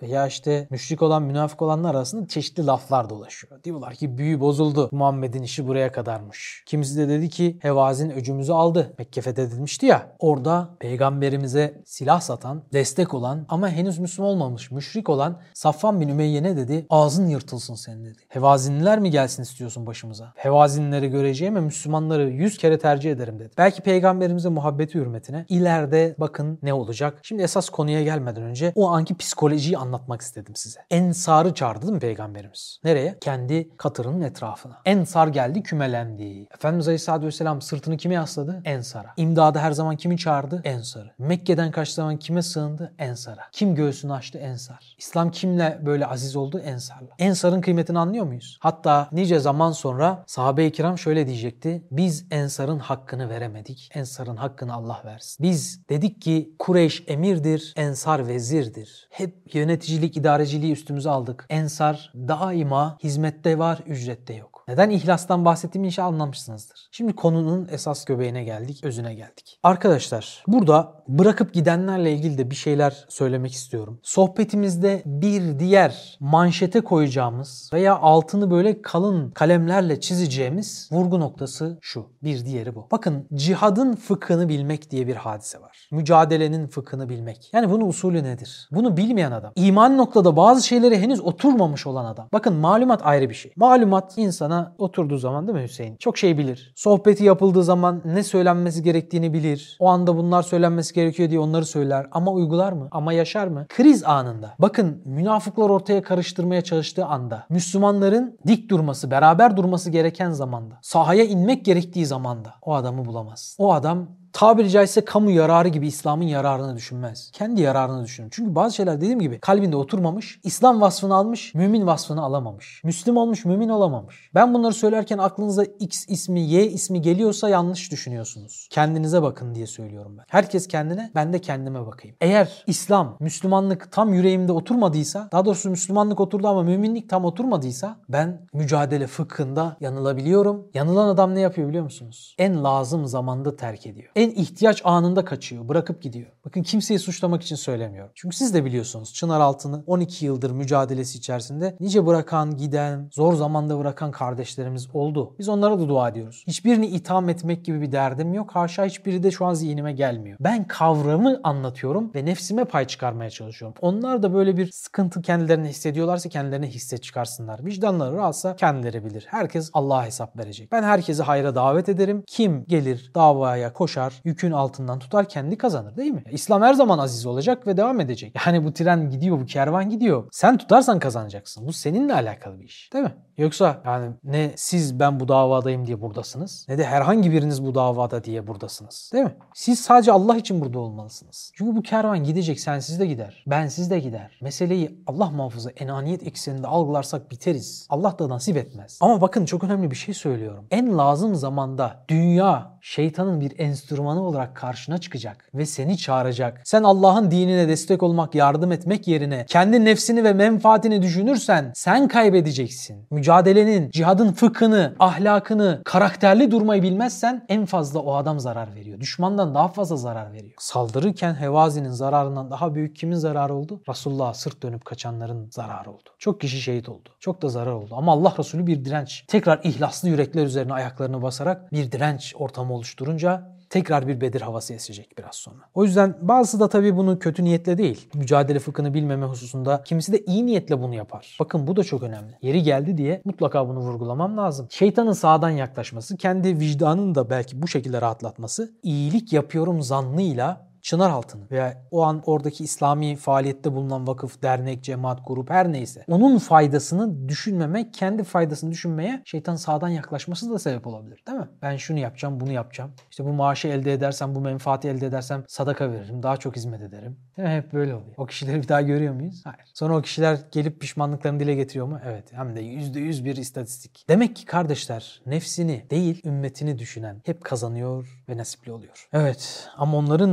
işte müşrik olan, münafık olanlar arasında çeşitli laflar dolaşıyor. Diyorlar ki büyü bozuldu. Muhammed'in işi buraya kadarmış. Kimisi de dedi ki Hevazin öcümüzü aldı. Mekke fethedilmişti ya. Orada peygamberimize silah satan, destek olan ama henüz Müslüman olmamış, müşrik olan Safvan bin Ümeyye ne dedi? Ağzın yırtılsın senin dedi. Hevazinliler mi gelsin istiyorsun başımıza? Hevazinlileri göreceğime Müslümanları yüz kere tercih ederim dedi. Belki peygamberimize muhabbeti hürmetine ileride bakın ne olacak. Şimdi esas konuya gelmeden önce o anki psikolojiyi anlatmak istedim size. Ensar'ı çağırdı değil mi peygamberimiz? Nereye? Kendi katırının etrafına. Ensar geldi, kümelendi. Efendimiz Aleyhisselatü Vesselam sırtını kime yasladı? Ensar'a. İmdada her zaman kimi çağırdı? Ensar'ı. Mekke'den kaçtığı zaman kime sığındı? Ensar'a. Kim göğsünü açtı? Ensar. İslam kimle böyle aziz oldu? Ensar'la. Ensar'ın kıymetini anlıyor muyuz? Hatta nice zaman sonra sahabe-i kiram şöyle diyecekti. Biz Ensar'ın hakkını veremedik. Ensar'ın hakkını Allah versin. Biz dedik ki Kureyş emirdir, Ensar vezirdir. Hep yöneticilik, idareciliği üstümüze aldık. Ensar daima hizmette var, ücrette yok. Neden ihlastan bahsettiğimi inşallah anlamışsınızdır. Şimdi konunun esas göbeğine geldik, özüne geldik. Arkadaşlar burada bırakıp gidenlerle ilgili de bir şeyler söylemek istiyorum. Sohbetimizde bir diğer manşete koyacağımız veya altını böyle kalın kalemlerle çizeceğimiz vurgu noktası şu. Bir diğeri bu. Bakın cihadın fıkhını bilmek diye bir hadise var. Mücadelenin fıkhını bilmek. Yani bunun usulü nedir? Bunu bilmeyen adam. İman noktada bazı şeyleri henüz oturmamış olan adam. Bakın malumat ayrı bir şey. Malumat insana oturduğu zaman değil mi Hüseyin? Çok şey bilir. Sohbeti yapıldığı zaman ne söylenmesi gerektiğini bilir. O anda bunlar söylenmesi gerekiyor diye onları söyler. Ama uygular mı? Ama yaşar mı? Kriz anında. Bakın münafıklar ortaya karıştırmaya çalıştığı anda. Müslümanların dik durması, beraber durması gereken zamanda. Sahaya inmek gerektiği zamanda. O adamı bulamaz. O adam tabiri caizse kamu yararı gibi İslam'ın yararını düşünmez. Kendi yararını düşünür. Çünkü bazı şeyler dediğim gibi kalbinde oturmamış, İslam vasfını almış, mümin vasfını alamamış. Müslüm olmuş, mümin olamamış. Ben bunları söylerken aklınıza X ismi, Y ismi geliyorsa yanlış düşünüyorsunuz. Kendinize bakın diye söylüyorum ben. Herkes kendine, ben de kendime bakayım. Eğer İslam, Müslümanlık tam yüreğimde oturmadıysa, daha doğrusu Müslümanlık oturdu ama müminlik tam oturmadıysa ben mücadele fıkhında yanılabiliyorum. Yanılan adam ne yapıyor biliyor musunuz? En lazım zamanda terk ediyor. En ihtiyaç anında kaçıyor, bırakıp gidiyor. Bakın kimseyi suçlamak için söylemiyorum. Çünkü siz de biliyorsunuz Çınaraltı'nı on iki yıldır mücadelesi içerisinde nice bırakan, giden, zor zamanda bırakan kardeşlerimiz oldu. Biz onlara da dua ediyoruz. Hiçbirini itham etmek gibi bir derdim yok. Haşa hiçbiri de şu an zihnime gelmiyor. Ben kavramı anlatıyorum ve nefsime pay çıkarmaya çalışıyorum. Onlar da böyle bir sıkıntı kendilerine hissediyorlarsa kendilerine hisse çıkarsınlar. Vicdanları rahatsa kendileri bilir. Herkes Allah'a hesap verecek. Ben herkesi hayra davet ederim. Kim gelir davaya koşar, yükün altından tutar, kendi kazanır değil mi? İslam her zaman aziz olacak ve devam edecek. Yani bu tren gidiyor, bu kervan gidiyor. Sen tutarsan kazanacaksın. Bu seninle alakalı bir iş. Değil mi? Yoksa yani ne siz ben bu davadayım diye buradasınız, ne de herhangi biriniz bu davada diye buradasınız. Değil mi? Siz sadece Allah için burada olmalısınız. Çünkü bu kervan gidecek, sensiz de gider. Bensiz de gider. Meseleyi Allah muhafaza enaniyet ekseninde algılarsak biteriz. Allah da nasip etmez. Ama bakın çok önemli bir şey söylüyorum. En lazım zamanda dünya şeytanın bir enstrümanı olarak karşına çıkacak ve seni çağıracak. Sen Allah'ın dinine destek olmak, yardım etmek yerine kendi nefsini ve menfaatini düşünürsen sen kaybedeceksin. Mücadelenin, cihadın fıkhını, ahlakını, karakterli durmayı bilmezsen en fazla o adam zarar veriyor. Düşmandan daha fazla zarar veriyor. Saldırırken Hevazi'nin zararından daha büyük kimin zararı oldu? Resulullah'a sırt dönüp kaçanların zararı oldu. Çok kişi şehit oldu. Çok da zarar oldu. Ama Allah Resulü bir direnç. Tekrar ihlaslı yürekler üzerine ayaklarını basarak bir direnç ortamı oluşturunca tekrar bir Bedir havası esecek biraz sonra. O yüzden bazısı da tabii bunu kötü niyetle değil, mücadele fıkhını bilmeme hususunda, kimisi de iyi niyetle bunu yapar. Bakın bu da çok önemli. Yeri geldi diye mutlaka bunu vurgulamam lazım. Şeytanın sağdan yaklaşması, kendi vicdanını da belki bu şekilde rahatlatması, iyilik yapıyorum zannıyla Çınaraltı'nı veya o an oradaki İslami faaliyette bulunan vakıf, dernek, cemaat, grup her neyse onun faydasını düşünmemek, kendi faydasını düşünmeye şeytan sağdan yaklaşması da sebep olabilir değil mi? Ben şunu yapacağım, bunu yapacağım. İşte bu maaşı elde edersem, bu menfaati elde edersem sadaka veririm, daha çok hizmet ederim. Değil mi? Hep böyle oluyor. O kişileri bir daha görüyor muyuz? Hayır. Sonra o kişiler gelip pişmanlıklarını dile getiriyor mu? Evet. Hem de yüzde yüz bir istatistik. Demek ki kardeşler nefsini değil ümmetini düşünen hep kazanıyor ve nasipli oluyor. Evet. Ama onların terk edip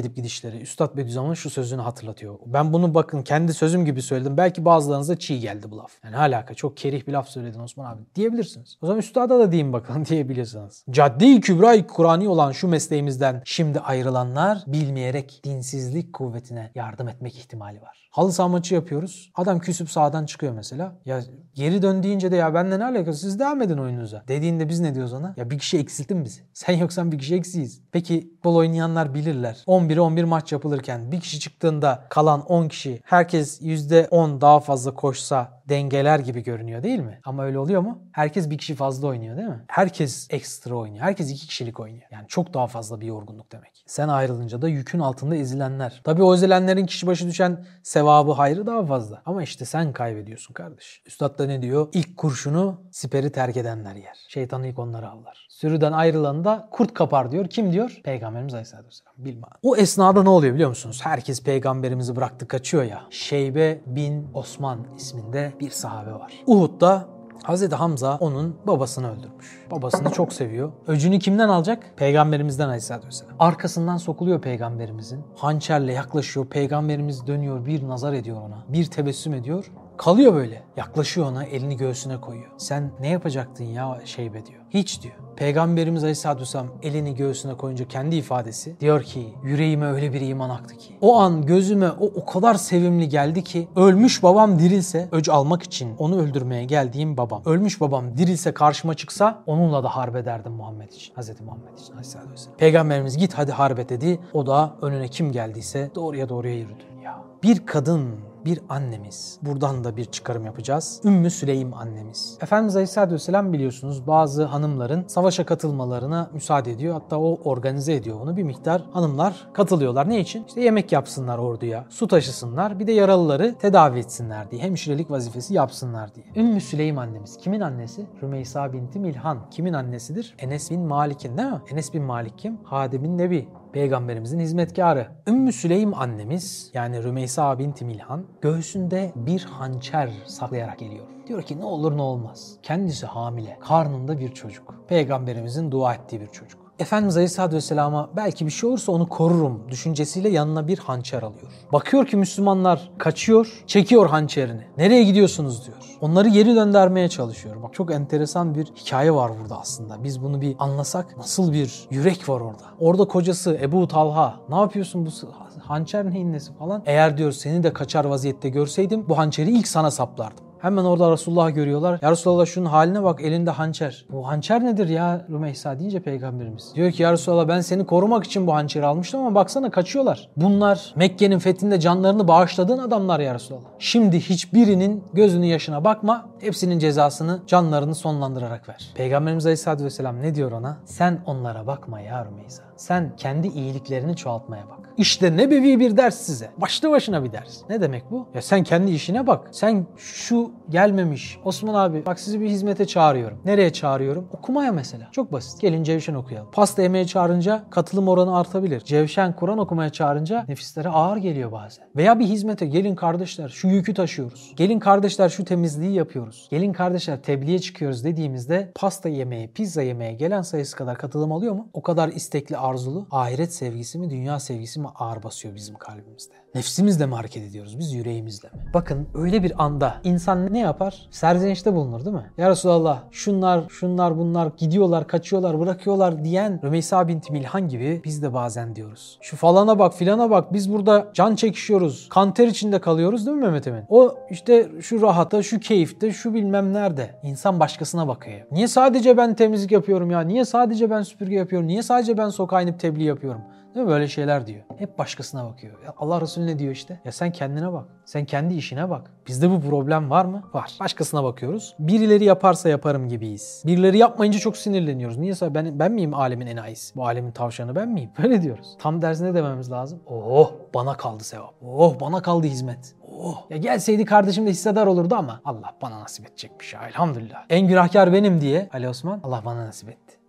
gelip gidişleri Üstad Bediüzzaman'ın şu sözünü hatırlatıyor. Ben bunu bakın kendi sözüm gibi söyledim. Belki bazılarınıza çiğ geldi bu laf. Yani alaka çok kerih bir laf söyledin Osman abi diyebilirsiniz. O zaman Üstad'a da deyin bakalım diyebilirsiniz. Cadde-i Kübra-i Kur'ani olan şu mesleğimizden şimdi ayrılanlar bilmeyerek dinsizlik kuvvetine yardım etmek ihtimali var. Halı saha maçı yapıyoruz. Adam küsüp sahadan çıkıyor mesela. Ya geri dön deyince de ya benden ne alakası, siz devam edin oyununuza dediğinde biz ne diyoruz ona? Ya bir kişi eksilttin bizi. Sen yoksan bir kişi eksiyiz. Peki futbol oynayanlar bilirler. on bire on bir maç yapılırken bir kişi çıktığında kalan on kişi herkes yüzde on daha fazla koşsa dengeler gibi görünüyor değil mi? Ama öyle oluyor mu? Herkes bir kişi fazla oynuyor değil mi? Herkes ekstra oynuyor. Herkes iki kişilik oynuyor. Yani çok daha fazla bir yorgunluk demek. Sen ayrılınca da yükün altında ezilenler. Tabii o ezilenlerin kişi başı düşen sevabı, hayrı daha fazla. Ama işte sen kaybediyorsun kardeş. Üstad da ne diyor? İlk kurşunu siperi terk edenler yer. Şeytan ilk onları avlar. Sürüden ayrılanı da kurt kapar diyor. Kim diyor? Peygamberimiz Aleyhisselatü Vesselam. Bilmem. O esnada ne oluyor biliyor musunuz? Herkes peygamberimizi bıraktı kaçıyor ya. Şeybe bin Osman isminde bir sahabe var. Uhud'da Hazreti Hamza onun babasını öldürmüş. Babasını çok seviyor. Öcünü kimden alacak? Peygamberimizden Aleyhisselatü Vesselam. Arkasından sokuluyor peygamberimizin. Hançerle yaklaşıyor. Peygamberimiz dönüyor, bir nazar ediyor ona. Bir tebessüm ediyor. Kalıyor böyle. Yaklaşıyor ona, elini göğsüne koyuyor. Sen ne yapacaktın ya Şeybe diyor. Hiç diyor. Peygamberimiz Aleyhisselatü Vesselam elini göğsüne koyunca kendi ifadesi diyor ki yüreğime öyle bir iman aktı ki. O an gözüme o o kadar sevimli geldi ki ölmüş babam dirilse öc almak için onu öldürmeye geldiğim babam. Ölmüş babam dirilse karşıma çıksa onunla da harp ederdim Muhammed için. Hazreti Muhammed için Aleyhisselatü Vesselam. Peygamberimiz git hadi harp et dedi. O da önüne kim geldiyse doğruya doğruya yürüdü. Ya bir kadın, bir annemiz. Buradan da bir çıkarım yapacağız. Ümmü Süleym annemiz. Efendimiz Aleyhisselatü Vesselam biliyorsunuz bazı hanımların savaşa katılmalarına müsaade ediyor. Hatta o organize ediyor bunu. Bir miktar hanımlar katılıyorlar. Ne için? İşte yemek yapsınlar orduya, su taşısınlar, bir de yaralıları tedavi etsinler diye. Hemşirelik vazifesi yapsınlar diye. Ümmü Süleym annemiz. Kimin annesi? Rümeysa binti Milhan. Kimin annesidir? Enes bin Malik'in değil mi? Enes bin Malik kim? Hadimin Nebi. Peygamberimizin hizmetkarı. Ümmü Süleym annemiz yani Rümeysa binti Milhan göğsünde bir hançer saklayarak geliyor. Diyor ki ne olur ne olmaz. Kendisi hamile. Karnında bir çocuk. Peygamberimizin dua ettiği bir çocuk. Efendimiz Aleyhisselatü Vesselam'a belki bir şey olursa onu korurum düşüncesiyle yanına bir hançer alıyor. Bakıyor ki Müslümanlar kaçıyor, çekiyor hançerini. Nereye gidiyorsunuz diyor. Onları geri döndürmeye çalışıyor. Bak çok enteresan bir hikaye var burada aslında. Biz bunu bir anlasak nasıl bir yürek var orada. Orada kocası Ebu Talha ne yapıyorsun bu hançer neyin nesi falan. Eğer diyor seni de kaçar vaziyette görseydim bu hançeri ilk sana saplardım. Hemen orada Resulullah'ı görüyorlar. Ya Resulallah şunun haline bak elinde hançer. Bu hançer nedir ya Rümeysa deyince Peygamberimiz. Diyor ki ya Resulallah ben seni korumak için bu hançeri almıştım ama baksana kaçıyorlar. Bunlar Mekke'nin fethinde canlarını bağışladığın adamlar ya Resulallah. Şimdi hiçbirinin gözünün yaşına bakma. Hepsinin cezasını canlarını sonlandırarak ver. Peygamberimiz Aleyhisselatü Vesselam ne diyor ona? Sen onlara bakma ya Rümeysa. Sen kendi iyiliklerini çoğaltmaya bak. İşte nebevi bir ders size. Başlı başına bir ders. Ne demek bu? Ya sen kendi işine bak. Sen şu gelmemiş. Osman abi bak sizi bir hizmete çağırıyorum. Nereye çağırıyorum? Okumaya mesela. Çok basit. Gelin Cevşen okuyalım. Pasta yemeye çağırınca katılım oranı artabilir. Cevşen Kur'an okumaya çağırınca nefislere ağır geliyor bazen. Veya bir hizmete gelin kardeşler şu yükü taşıyoruz. Gelin kardeşler şu temizliği yapıyoruz. Gelin kardeşler tebliğe çıkıyoruz dediğimizde pasta yemeye, pizza yemeye gelen sayısı kadar katılım alıyor mu? O kadar istekli, arzulu. Ahiret sevgisi mi, dünya sevgisi mi ağır basıyor bizim kalbimizde? Nefsimizle mi hareket ediyoruz biz, yüreğimizle mi? Bakın öyle bir anda insan ne yapar? Serzenişte bulunur değil mi? Ya Resulallah şunlar, şunlar bunlar gidiyorlar, kaçıyorlar, bırakıyorlar diyen Rümeysa binti Milhan gibi biz de bazen diyoruz. Şu falana bak, filana bak biz burada can çekişiyoruz, kanter içinde kalıyoruz değil mi Mehmet Emin? O işte şu rahatta, şu keyifte, şu bilmem nerede. İnsan başkasına bakıyor. Niye sadece ben temizlik yapıyorum ya? Niye sadece ben süpürge yapıyorum? Niye sadece ben sokağa inip tebliğ yapıyorum? Değil mi? Böyle şeyler diyor. Hep başkasına bakıyor. Ya Allah Resulü ne diyor işte? Ya sen kendine bak. Sen kendi işine bak. Bizde bu problem var mı? Var. Başkasına bakıyoruz. Birileri yaparsa yaparım gibiyiz. Birileri yapmayınca çok sinirleniyoruz. Niyeyse ben, ben miyim alemin enayisi? Bu alemin tavşanı ben miyim? Böyle diyoruz. Tam dersine dememiz lazım. Oh bana kaldı sevap. Oh bana kaldı hizmet. Oh. Ya gelseydi kardeşim de hissedar olurdu ama Allah bana nasip edecekmiş ya elhamdülillah. En günahkar benim diye Ali Osman Allah bana nasip etti.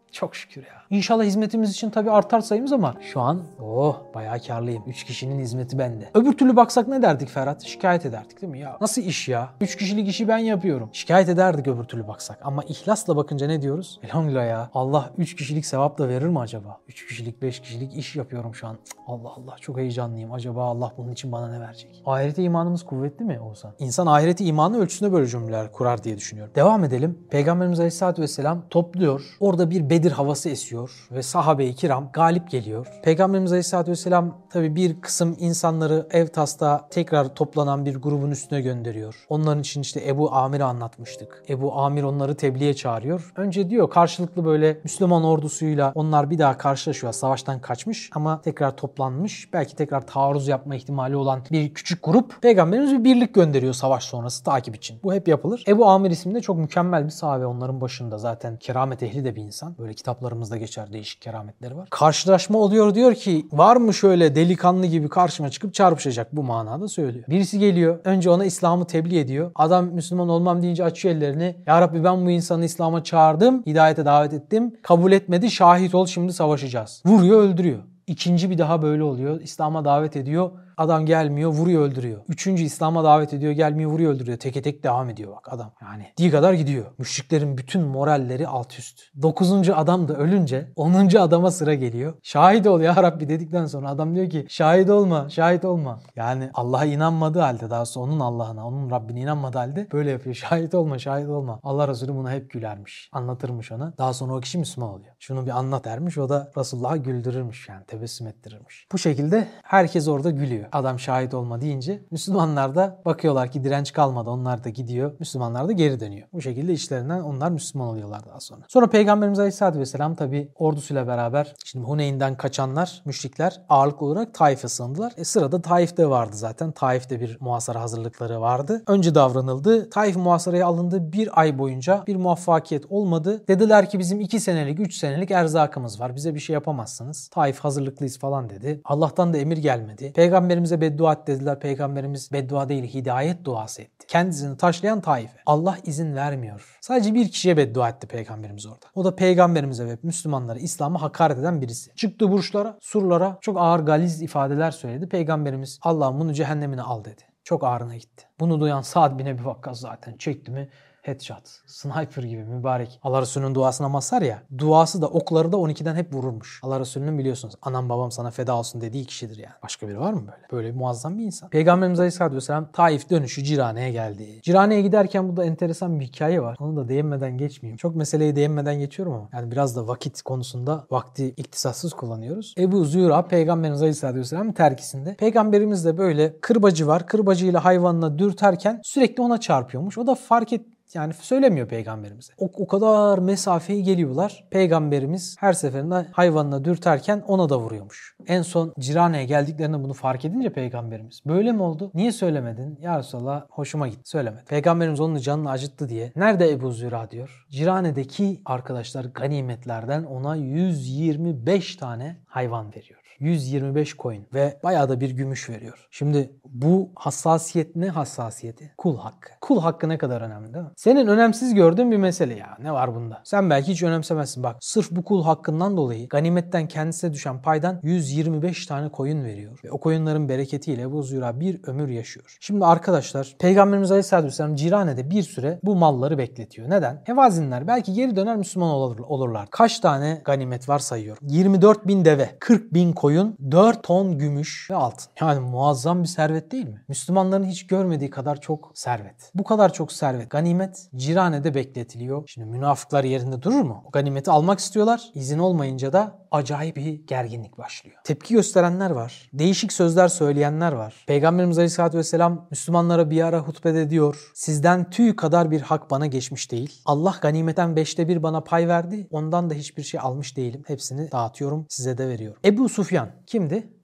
Çok şükür ya. İnşallah hizmetimiz için tabii artar sayımız ama şu an oh bayağı karlıyım. üç kişinin hizmeti bende. Öbür türlü baksak ne derdik Ferhat? Şikayet ederdik değil mi ya? Nasıl iş ya? üç kişilik işi ben yapıyorum. Şikayet ederdik öbür türlü baksak. Ama ihlasla bakınca ne diyoruz? Elhamdülillah ya. Allah üç kişilik sevap da verir mi acaba? üç kişilik beş kişilik iş yapıyorum şu an. Cık, Allah Allah çok heyecanlıyım. Acaba Allah bunun için bana ne verecek? Ahirete imanımız kuvvetli mi Oğuzhan? İnsan ahireti imanı ölçüsünde böyle cümleler kurar diye düşünüyorum. Devam edelim. Peygamberimiz Aleyhisselatü Vesselam topluyor. Orada bir Bedir havası esiyor ve sahabe-i kiram galip geliyor. Peygamberimiz Aleyhisselatü Vesselam tabii bir kısım insanları Evtas'ta tekrar toplanan bir grubun üstüne gönderiyor. Onların için işte Ebu Amir'i anlatmıştık. Ebu Amir onları tebliğe çağırıyor. Önce diyor karşılıklı böyle Müslüman ordusuyla onlar bir daha karşılaşıyor. Savaştan kaçmış ama tekrar toplanmış. Belki tekrar taarruz yapma ihtimali olan bir küçük grup. Peygamberimiz bir birlik gönderiyor savaş sonrası takip için. Bu hep yapılır. Ebu Amir isimli çok mükemmel bir sahabe onların başında. Zaten keramet ehli de bir insan. Böyle kitaplarımızda geçer değişik kerametleri var. Karşılaşma oluyor diyor ki var mı şöyle delikanlı gibi karşıma çıkıp çarpışacak bu manada söylüyor. Birisi geliyor. Önce ona İslam'ı tebliğ ediyor. Adam Müslüman olmam deyince açıyor ellerini. Ya Rabbi ben bu insanı İslam'a çağırdım. Hidayete davet ettim. Kabul etmedi. Şahit ol şimdi savaşacağız. Vuruyor öldürüyor. İkinci bir daha böyle oluyor. İslam'a davet ediyor. Adam gelmiyor, vuruyor, öldürüyor. Üçüncü İslam'a davet ediyor, gelmiyor, vuruyor, öldürüyor. Teke tek devam ediyor bak adam. Yani diye kadar gidiyor. Müşriklerin bütün moralleri alt üst. Dokuzuncu adam da ölünce onuncu adama sıra geliyor. Şahit ol ya Rabbi dedikten sonra adam diyor ki şahit olma, şahit olma. Yani Allah'a inanmadığı halde daha sonra onun Allah'ına, onun Rabbine inanmadığı halde böyle yapıyor. Şahit olma, şahit olma. Allah Resulü buna hep gülermiş. Anlatırmış ona. Daha sonra o kişi Müslüman oluyor. Şunu bir anlat dermiş. O da Resulullah'a güldürürmüş yani. Tebessüm ettirirmiş. Bu şekilde herkes orada gülüyor. Adam şahit olma deyince Müslümanlar da bakıyorlar ki direnç kalmadı. Onlar da gidiyor. Müslümanlar da geri dönüyor. Bu şekilde içlerinden onlar Müslüman oluyorlar daha sonra. Sonra Peygamberimiz Aleyhisselatü Vesselam tabi ordusuyla beraber şimdi Huneyn'den kaçanlar, müşrikler ağırlıklı olarak Taif'e sığındılar. E sırada Taif'te vardı zaten. Taif'te bir muhasara hazırlıkları vardı. Önce davranıldı. Taif muhasaraya alındı. Bir ay boyunca bir muvaffakiyet olmadı. Dediler ki bizim iki senelik, üç senelik erzakımız var. Bize bir şey yapamazsınız. Taif hazırlıklıyız falan dedi. Allah'tan da emir gelmedi. Peygamberimize beddua et dediler. Peygamberimiz beddua değil hidayet duası etti. Kendisini taşlayan Taif'e. Allah izin vermiyor. Sadece bir kişiye beddua etti Peygamberimiz orada. O da Peygamberimize ve Müslümanlara, İslam'a hakaret eden birisi. Çıktı burçlara, surlara çok ağır galiz ifadeler söyledi. Peygamberimiz Allah'ım bunu cehennemine al dedi. Çok ağrına gitti. Bunu duyan Sa'd bin Ebi Vakkas zaten çekti mi headshot. Sniper gibi mübarek. Allah Resulü'nün duasına mazhar ya. Duası da okları da on ikiden hep vururmuş. Allah Resulü'nün biliyorsunuz anam babam sana feda olsun dediği kişidir yani. Başka biri var mı böyle? Böyle muazzam bir insan. Peygamberimiz Aleyhisselatü Vesselam Taif dönüşü Cirane'ye geldi. Cirane'ye giderken burada enteresan bir hikaye var. Onu da değinmeden geçmeyeyim. Çok meseleyi değinmeden geçiyorum ama yani biraz da vakit konusunda vakti iktisatsız kullanıyoruz. Ebu Züra Peygamberimiz Aleyhisselatü Vesselam'ın terkisinde. Peygamberimiz de böyle kırbacı var. Kırbacıyla hayvanına dürterken sürekli ona çarpıyormuş. O da fark et Yani söylemiyor Peygamberimize. O, o kadar mesafeyi geliyorlar. Peygamberimiz her seferinde hayvanına dürterken ona da vuruyormuş. En son Cirane'ye geldiklerinde bunu fark edince Peygamberimiz böyle mi oldu? Niye söylemedin? Ya Resulallah hoşuma gitti. Söylemedi. Peygamberimiz onun canını acıttı diye. Nerede Ebu Züra diyor. Cirane'deki arkadaşlar ganimetlerden ona yüz yirmi beş tane hayvan veriyor. yüz yirmi beş koyun ve bayağı da bir gümüş veriyor. Şimdi bu hassasiyet ne hassasiyeti? Kul hakkı. Kul hakkı ne kadar önemli değil mi? Senin önemsiz gördüğün bir mesele ya. Ne var bunda? Sen belki hiç önemsemezsin. Bak sırf bu kul hakkından dolayı ganimetten kendisine düşen paydan yüz yirmi beş tane koyun veriyor. Ve o koyunların bereketiyle Ebu Züra bir ömür yaşıyor. Şimdi arkadaşlar Peygamberimiz Aleyhisselatü Vesselam Cirane'de bir süre bu malları bekletiyor. Neden? Hevazinler belki geri döner Müslüman olur, olurlar. Kaç tane ganimet var sayıyorum. yirmi dört bin deve, kırk bin koyun, dört ton gümüş ve altın. Yani muazzam bir servet değil mi? Müslümanların hiç görmediği kadar çok servet. Bu kadar çok servet, ganimet Cirane'de bekletiliyor. Şimdi münafıklar yerinde durur mu? O ganimeti almak istiyorlar. İzin olmayınca da acayip bir gerginlik başlıyor. Tepki gösterenler var. Değişik sözler söyleyenler var. Peygamberimiz Aleyhisselatü Vesselam Müslümanlara bir ara hutbede diyor. Sizden tüy kadar bir hak bana geçmiş değil. Allah ganimetten beşte bir bana pay verdi. Ondan da hiçbir şey almış değilim. Hepsini dağıtıyorum. Size de veriyorum. Ebu Sufyan kimdi?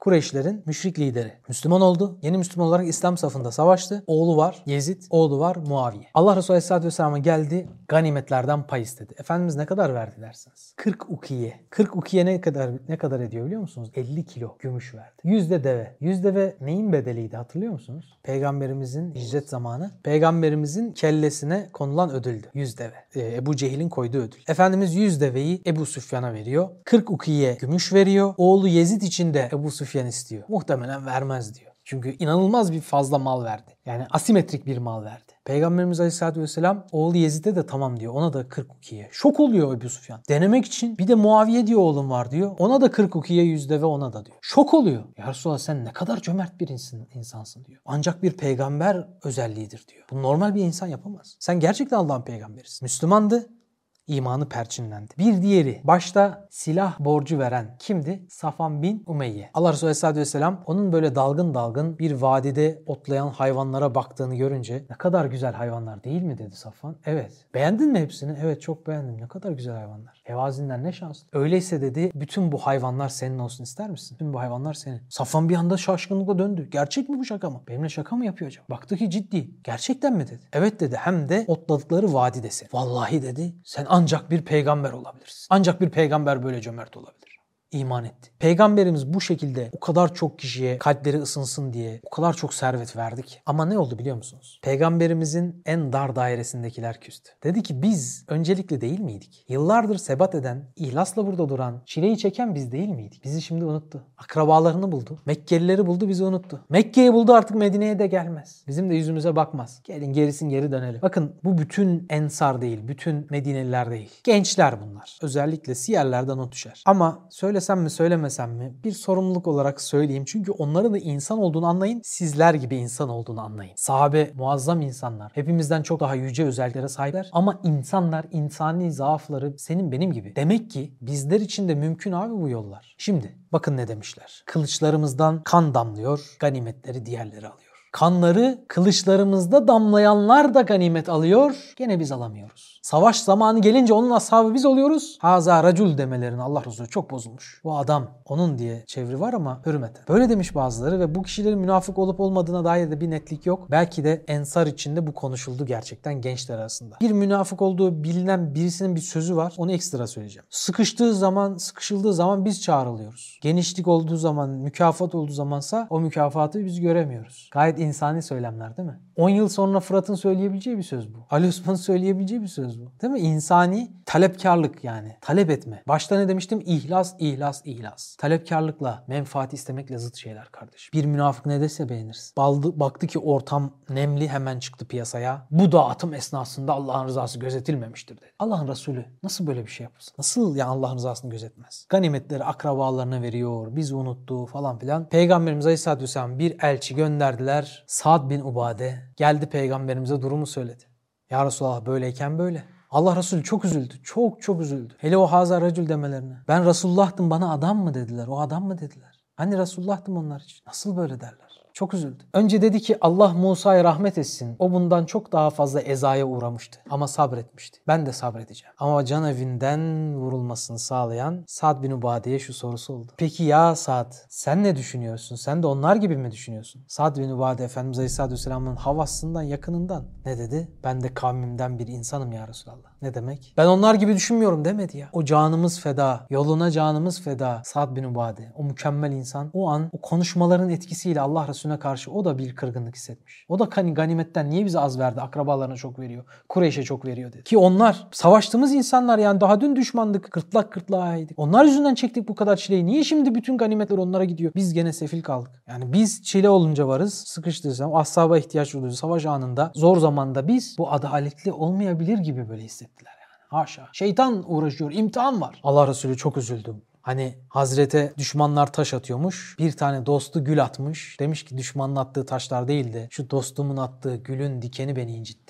Kureyşlerin müşrik lideri. Müslüman oldu. Yeni Müslüman olarak İslam safında savaştı. Oğlu var Yezid, oğlu var Muaviye. Allah Resulü Aleyhisselatü Vesselam'a geldi, ganimetlerden pay istedi. Efendimiz ne kadar verdi dersiniz? kırk ukiye. kırk ukiye ne kadar ne kadar ediyor biliyor musunuz? elli kilo gümüş verdi. yüzde deve. yüzde deve neyin bedeliydi hatırlıyor musunuz? Peygamberimizin hicret zamanı. Peygamberimizin kellesine konulan ödüldü. yüz deve. Ee, Ebu Cehil'in koyduğu ödül. Efendimiz yüz deveyi Ebu Süfyan'a veriyor. kırk ukiye gümüş veriyor. Oğlu Yezid için de Ebu Süfyan istiyor. Muhtemelen vermez diyor. Çünkü inanılmaz bir fazla mal verdi. Yani asimetrik bir mal verdi. Peygamberimiz Aleyhisselatü Vesselam oğlu Yezid'e de tamam diyor. Ona da kırk ukiye. Şok oluyor Ebu Süfyan. Denemek için bir de Muaviye diyor oğlum var diyor. Ona da kırk ukiye yüzde ve ona da diyor. Şok oluyor. Ya Resulallah sen ne kadar cömert bir insan, insansın diyor. Ancak bir peygamber özelliğidir diyor. Bu normal bir insan yapamaz. Sen gerçekten Allah'ın peygamberisin. Müslümandı. İmanı perçinlendi. Bir diğeri başta silah borcu veren kimdi? Safan bin Umeyye. Allah Resulü Aleyhisselatü Vesselam onun böyle dalgın dalgın bir vadide otlayan hayvanlara baktığını görünce ne kadar güzel hayvanlar değil mi dedi Safvan. Evet. Beğendin mi hepsini? Evet çok beğendim. Ne kadar güzel hayvanlar. Hevazinler ne şanslı. Öyleyse dedi bütün bu hayvanlar senin olsun ister misin? Bütün bu hayvanlar senin. Safvan bir anda şaşkınlıkla döndü. Gerçek mi bu şaka mı? Benimle şaka mı yapıyor acaba? Baktı ki ciddi. Gerçekten mi dedi. Evet dedi. Hem de otladıkları vadide senin. Vallahi dedi sen ancak bir peygamber olabilirsin. Ancak bir peygamber böyle cömert olabilir. İman etti. Peygamberimiz bu şekilde o kadar çok kişiye kalpleri ısınsın diye o kadar çok servet verdi ki. Ama ne oldu biliyor musunuz? Peygamberimizin en dar dairesindekiler küstü. Dedi ki biz öncelikli değil miydik? Yıllardır sebat eden, ihlasla burada duran, çileyi çeken biz değil miydik? Bizi şimdi unuttu. Akrabalarını buldu. Mekkelileri buldu bizi unuttu. Mekke'yi buldu artık Medine'ye de gelmez. Bizim de yüzümüze bakmaz. Gelin gerisin geri dönelim. Bakın bu bütün ensar değil, bütün Medineliler değil. Gençler bunlar. Özellikle siyerlerden o düşer. Ama söyle Söylesem mi söylemesem mi bir sorumluluk olarak söyleyeyim. Çünkü onların da insan olduğunu anlayın. Sizler gibi insan olduğunu anlayın. Sahabe muazzam insanlar. Hepimizden çok daha yüce özelliklere sahipler. Ama insanlar insani zaafları senin benim gibi. Demek ki bizler için de mümkün abi bu yollar. Şimdi bakın ne demişler. Kılıçlarımızdan kan damlıyor, ganimetleri diğerleri alıyor. Kanları kılıçlarımızda damlayanlar da ganimet alıyor. Gene biz alamıyoruz. Savaş zamanı gelince onun ashabı biz oluyoruz. Haza racul demelerini Allah Resulü çok bozulmuş. Bu adam onun diye çeviri var ama hürmeten. Böyle demiş bazıları ve bu kişilerin münafık olup olmadığına dair de bir netlik yok. Belki de ensar içinde bu konuşuldu gerçekten gençler arasında. Bir münafık olduğu bilinen birisinin bir sözü var. Onu ekstra söyleyeceğim. Sıkıştığı zaman, sıkışıldığı zaman biz çağrılıyoruz. Genişlik olduğu zaman, mükafat olduğu zamansa o mükafatı biz göremiyoruz. Gayet insani söylemler değil mi? on yıl sonra Fırat'ın söyleyebileceği bir söz bu. Ali Osman'ın söyleyebileceği bir söz bu. Değil mi? İnsani talepkarlık yani. Talep etme. Başta ne demiştim? İhlas, ihlas, ihlas. Talepkarlıkla, menfaati istemekle zıt şeyler kardeşim. Bir münafık ne dese beğenirsin. Baldı, baktı ki ortam nemli hemen çıktı piyasaya. Bu dağıtım esnasında Allah'ın rızası gözetilmemiştir dedi. Allah'ın Resulü nasıl böyle bir şey yapsın? Nasıl ya Allah'ın rızasını gözetmez? Ganimetleri akrabalarına veriyor, bizi unuttu falan filan. Peygamberimiz Aleyhisselatü Vesselam bir elçi gönderdiler. Sa'd bin Ubade geldi peygamberimize durumu söyledi. Ya Resulallah böyleyken böyle. Allah Resulü çok üzüldü. Çok çok üzüldü. Hele o Hazar Racül demelerine. Ben Resulullah'tım bana adam mı dediler. O adam mı dediler. Hani Resulullah'tım onlar için. Nasıl böyle derler. Çok üzüldü. Önce dedi ki Allah Musa'ya rahmet etsin. O bundan çok daha fazla ezaya uğramıştı. Ama sabretmişti. Ben de sabredeceğim. Ama can evinden vurulmasını sağlayan Sa'd bin Ubade'ye şu sorusu oldu. Peki ya Sa'd sen ne düşünüyorsun? Sen de onlar gibi mi düşünüyorsun? Sa'd bin Ubade Efendimiz Aleyhisselatü Vesselam'ın havasından yakınından. Ne dedi? Ben de kavmimden bir insanım ya Resulallah. Ne demek? Ben onlar gibi düşünmüyorum demedi ya. O canımız feda. Yoluna canımız feda. Sa'd bin Ubade. O mükemmel insan. O an o konuşmaların etkisiyle Allah Resulüne karşı o da bir kırgınlık hissetmiş. O da ganimetten niye bize az verdi? Akrabalarına çok veriyor. Kureyş'e çok veriyor dedi. Ki onlar savaştığımız insanlar yani daha dün düşmandık. Gırtlak gırtlağıydık. Onlar yüzünden çektik bu kadar çileyi. Niye şimdi bütün ganimetler onlara gidiyor? Biz gene sefil kaldık. Yani biz çile olunca varız. Sıkıştığı zaman ashaba ihtiyaç oluyor. Savaş anında zor zamanda biz bu adaletli olmayabilir gibi böyle hissettiler yani. Haşa. Şeytan uğraşıyor. İmtihan var. Allah Resulü çok üzüldü. Hani Hazrete düşmanlar taş atıyormuş. Bir tane dostu gül atmış. Demiş ki düşmanın attığı taşlar değil de şu dostumun attığı gülün dikeni beni incitti.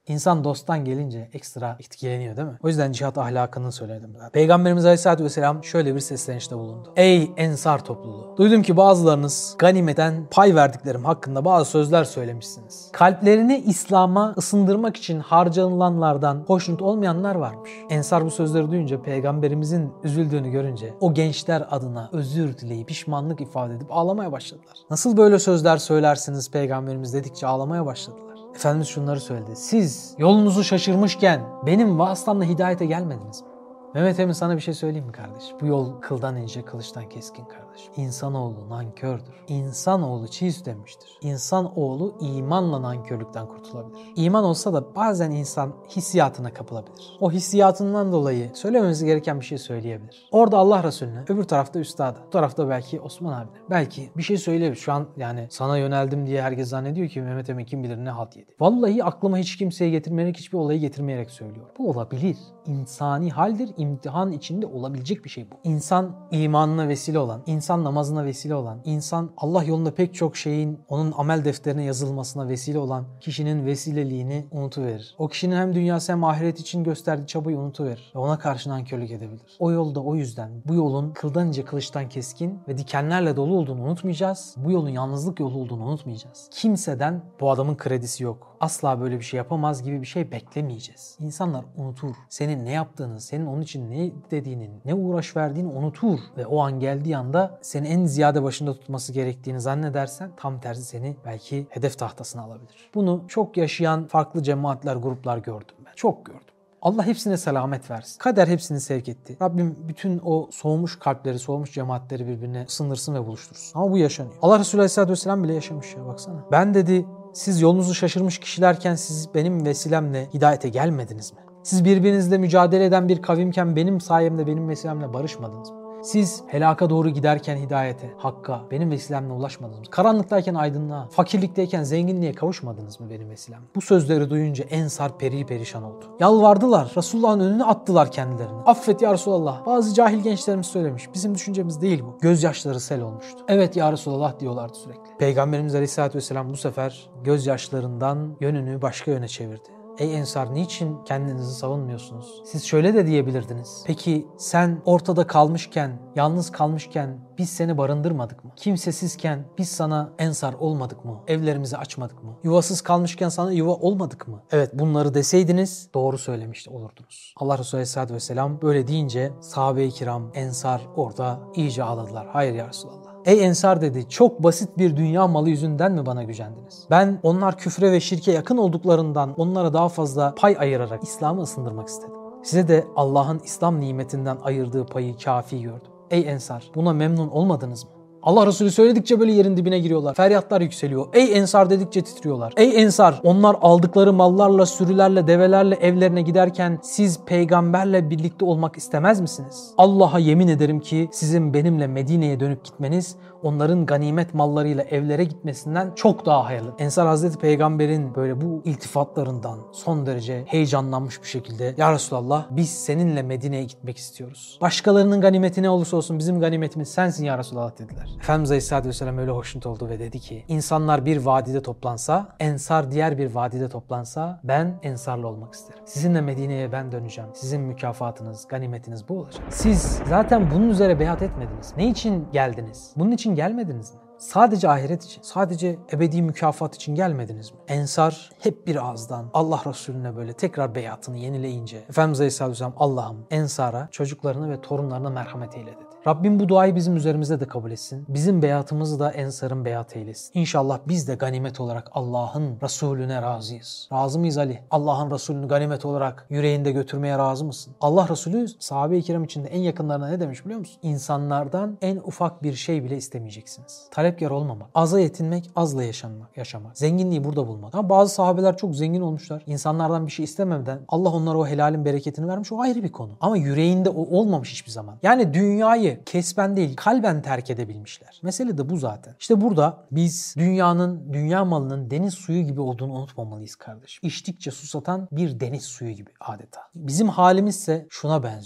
İnsan dosttan gelince ekstra etkileniyor değil mi? O yüzden cihat ahlakını söyledim zaten. Peygamberimiz Aleyhisselatü Vesselam şöyle bir seslenişte bulundu. Ey Ensar topluluğu! Duydum ki bazılarınız ganimetten pay verdiklerim hakkında bazı sözler söylemişsiniz. Kalplerini İslam'a ısındırmak için harcanılanlardan hoşnut olmayanlar varmış. Ensar bu sözleri duyunca Peygamberimizin üzüldüğünü görünce o gençler adına özür dileyip pişmanlık ifade edip ağlamaya başladılar. Nasıl böyle sözler söylersiniz Peygamberimiz dedikçe ağlamaya başladılar. Efendimiz şunları söyledi. Siz yolunuzu şaşırmışken benim vasıtamla hidayete gelmediniz mi? Mehmet Emin sana bir şey söyleyeyim mi kardeşim? Bu yol kıldan ince, kılıçtan keskin kardeşim. İnsanoğlu nankördür. İnsanoğlu çiğ süt emmiştir. İnsanoğlu imanla nankörlükten kurtulabilir. İman olsa da bazen insan hissiyatına kapılabilir. O hissiyatından dolayı söylememiz gereken bir şey söyleyebilir. Orada Allah Resulüne, öbür tarafta üstada, bu tarafta belki Osman abine. Belki bir şey söyleyebilir. Şu an yani sana yöneldim diye herkes zannediyor ki Mehmet Emin kim bilir ne halt yedi. Vallahi aklıma hiç kimseye getirmeyerek, hiçbir olayı getirmeyerek söylüyor. Bu olabilir. İnsani haldir. İmtihan içinde olabilecek bir şey bu. İnsan imanına vesile olan, insan namazına vesile olan, insan Allah yolunda pek çok şeyin onun amel defterine yazılmasına vesile olan kişinin vesileliğini unutuverir. O kişinin hem dünyası hem ahiret için gösterdiği çabayı unutuverir ve ona karşı nankörlük edebilir. O yolda o yüzden bu yolun kıldan ince kılıçtan keskin ve dikenlerle dolu olduğunu unutmayacağız. Bu yolun yalnızlık yolu olduğunu unutmayacağız. Kimseden bu adamın kredisi yok, asla böyle bir şey yapamaz gibi bir şey beklemeyeceğiz. İnsanlar unutur. Senin ne yaptığını, senin onun için ne dediğini, ne uğraş verdiğini unutur. Ve o an geldiği anda seni en ziyade başında tutması gerektiğini zannedersen tam tersi seni belki hedef tahtasına alabilir. Bunu çok yaşayan farklı cemaatler, gruplar gördüm ben. Çok gördüm. Allah hepsine selamet versin. Kader hepsini sevk etti. Rabbim bütün o soğumuş kalpleri, soğumuş cemaatleri birbirine ısındırsın ve buluştursun. Ama bu yaşanıyor. Allah Resulü Aleyhisselatü Vesselam bile yaşamış ya, baksana. Ben dedi, siz yolunuzu şaşırmış kişilerken siz benim vesilemle hidayete gelmediniz mi? Siz birbirinizle mücadele eden bir kavimken benim sayemde, benim vesilemle barışmadınız mı? Siz helaka doğru giderken hidayete, hakka, benim vesilemle ulaşmadınız mı? Karanlıktayken aydınlığa, fakirlikteyken zenginliğe kavuşmadınız mı benim vesilem? Bu sözleri duyunca Ensar peri perişan oldu. Yalvardılar, Resulullah'ın önüne attılar kendilerini. Affet ya Resulallah. Bazı cahil gençlerimiz söylemiş. Bizim düşüncemiz değil bu. Gözyaşları sel olmuştu. Evet ya Resulallah diyorlardı sürekli. Peygamberimiz Aleyhisselatü Vesselam bu sefer gözyaşlarından yönünü başka yöne çevirdi. Ey Ensar, niçin kendinizi savunmuyorsunuz? Siz şöyle de diyebilirdiniz. Peki sen ortada kalmışken, yalnız kalmışken biz seni barındırmadık mı? Kimsesizken biz sana Ensar olmadık mı? Evlerimizi açmadık mı? Yuvasız kalmışken sana yuva olmadık mı? Evet, bunları deseydiniz doğru söylemiş olurdunuz. Allah Resulü Aleyhisselatü Vesselam böyle deyince sahabe-i kiram, Ensar orada iyice ağladılar. Hayır ya Resulallah. Ey Ensar dedi, çok basit bir dünya malı yüzünden mi bana gücendiniz? Ben onlar küfre ve şirke yakın olduklarından onlara daha fazla pay ayırarak İslam'ı ısındırmak istedim. Size de Allah'ın İslam nimetinden ayırdığı payı kafi gördüm. Ey Ensar, buna memnun olmadınız mı? Allah Resulü söyledikçe böyle yerin dibine giriyorlar. Feryatlar yükseliyor. Ey Ensar dedikçe titriyorlar. Ey Ensar, onlar aldıkları mallarla, sürülerle, develerle evlerine giderken siz peygamberle birlikte olmak istemez misiniz? Allah'a yemin ederim ki sizin benimle Medine'ye dönüp gitmeniz onların ganimet mallarıyla evlere gitmesinden çok daha hayırlı. Ensar Hazreti Peygamber'in böyle bu iltifatlarından son derece heyecanlanmış bir şekilde ya Resulallah, biz seninle Medine'ye gitmek istiyoruz. Başkalarının ganimeti ne olursa olsun bizim ganimetimiz sensin ya Resulallah dediler. Efendimiz Aleyhisselatü Vesselam öyle hoşnut oldu ve dedi ki, insanlar bir vadide toplansa, Ensar diğer bir vadide toplansa ben Ensarlı olmak isterim. Sizinle Medine'ye ben döneceğim. Sizin mükafatınız, ganimetiniz bu olacak. Siz zaten bunun üzere beyat etmediniz. Ne için geldiniz? Bunun için gelmediniz mi? Sadece ahiret için, sadece ebedi mükafat için gelmediniz mi? Ensar hep bir ağızdan Allah Resulüne böyle tekrar beyatını yenileyince Efendimiz Aleyhisselatü Vesselam, Allah'ım Ensar'a, çocuklarına ve torunlarına merhamet eyle dedi. Rabbim bu duayı bizim üzerimizde de kabul etsin. Bizim beyatımızı da Ensar'ın beyat eylesin. İnşallah biz de ganimet olarak Allah'ın Resulüne razıyız. Razı mıyız Ali? Allah'ın Resulünü ganimet olarak yüreğinde götürmeye razı mısın? Allah Resulü sahabe-i kiram içinde en yakınlarına ne demiş biliyor musun? İnsanlardan en ufak bir şey bile istemeyeceksiniz. Talepkar olmamak, aza yetinmek, azla yaşamak, yaşamak. Zenginliği burada bulmak. Ama bazı sahabeler çok zengin olmuşlar. İnsanlardan bir şey istemeden Allah onlara o helalin bereketini vermiş. O ayrı bir konu. Ama yüreğinde o olmamış hiçbir zaman. Yani dünyayı kesben değil, kalben terk edebilmişler. Mesele de bu zaten. İşte burada biz dünyanın, dünya malının deniz suyu gibi olduğunu unutmamalıyız kardeşim. İçtikçe susatan bir deniz suyu gibi adeta. Bizim halimizse şuna benziyor.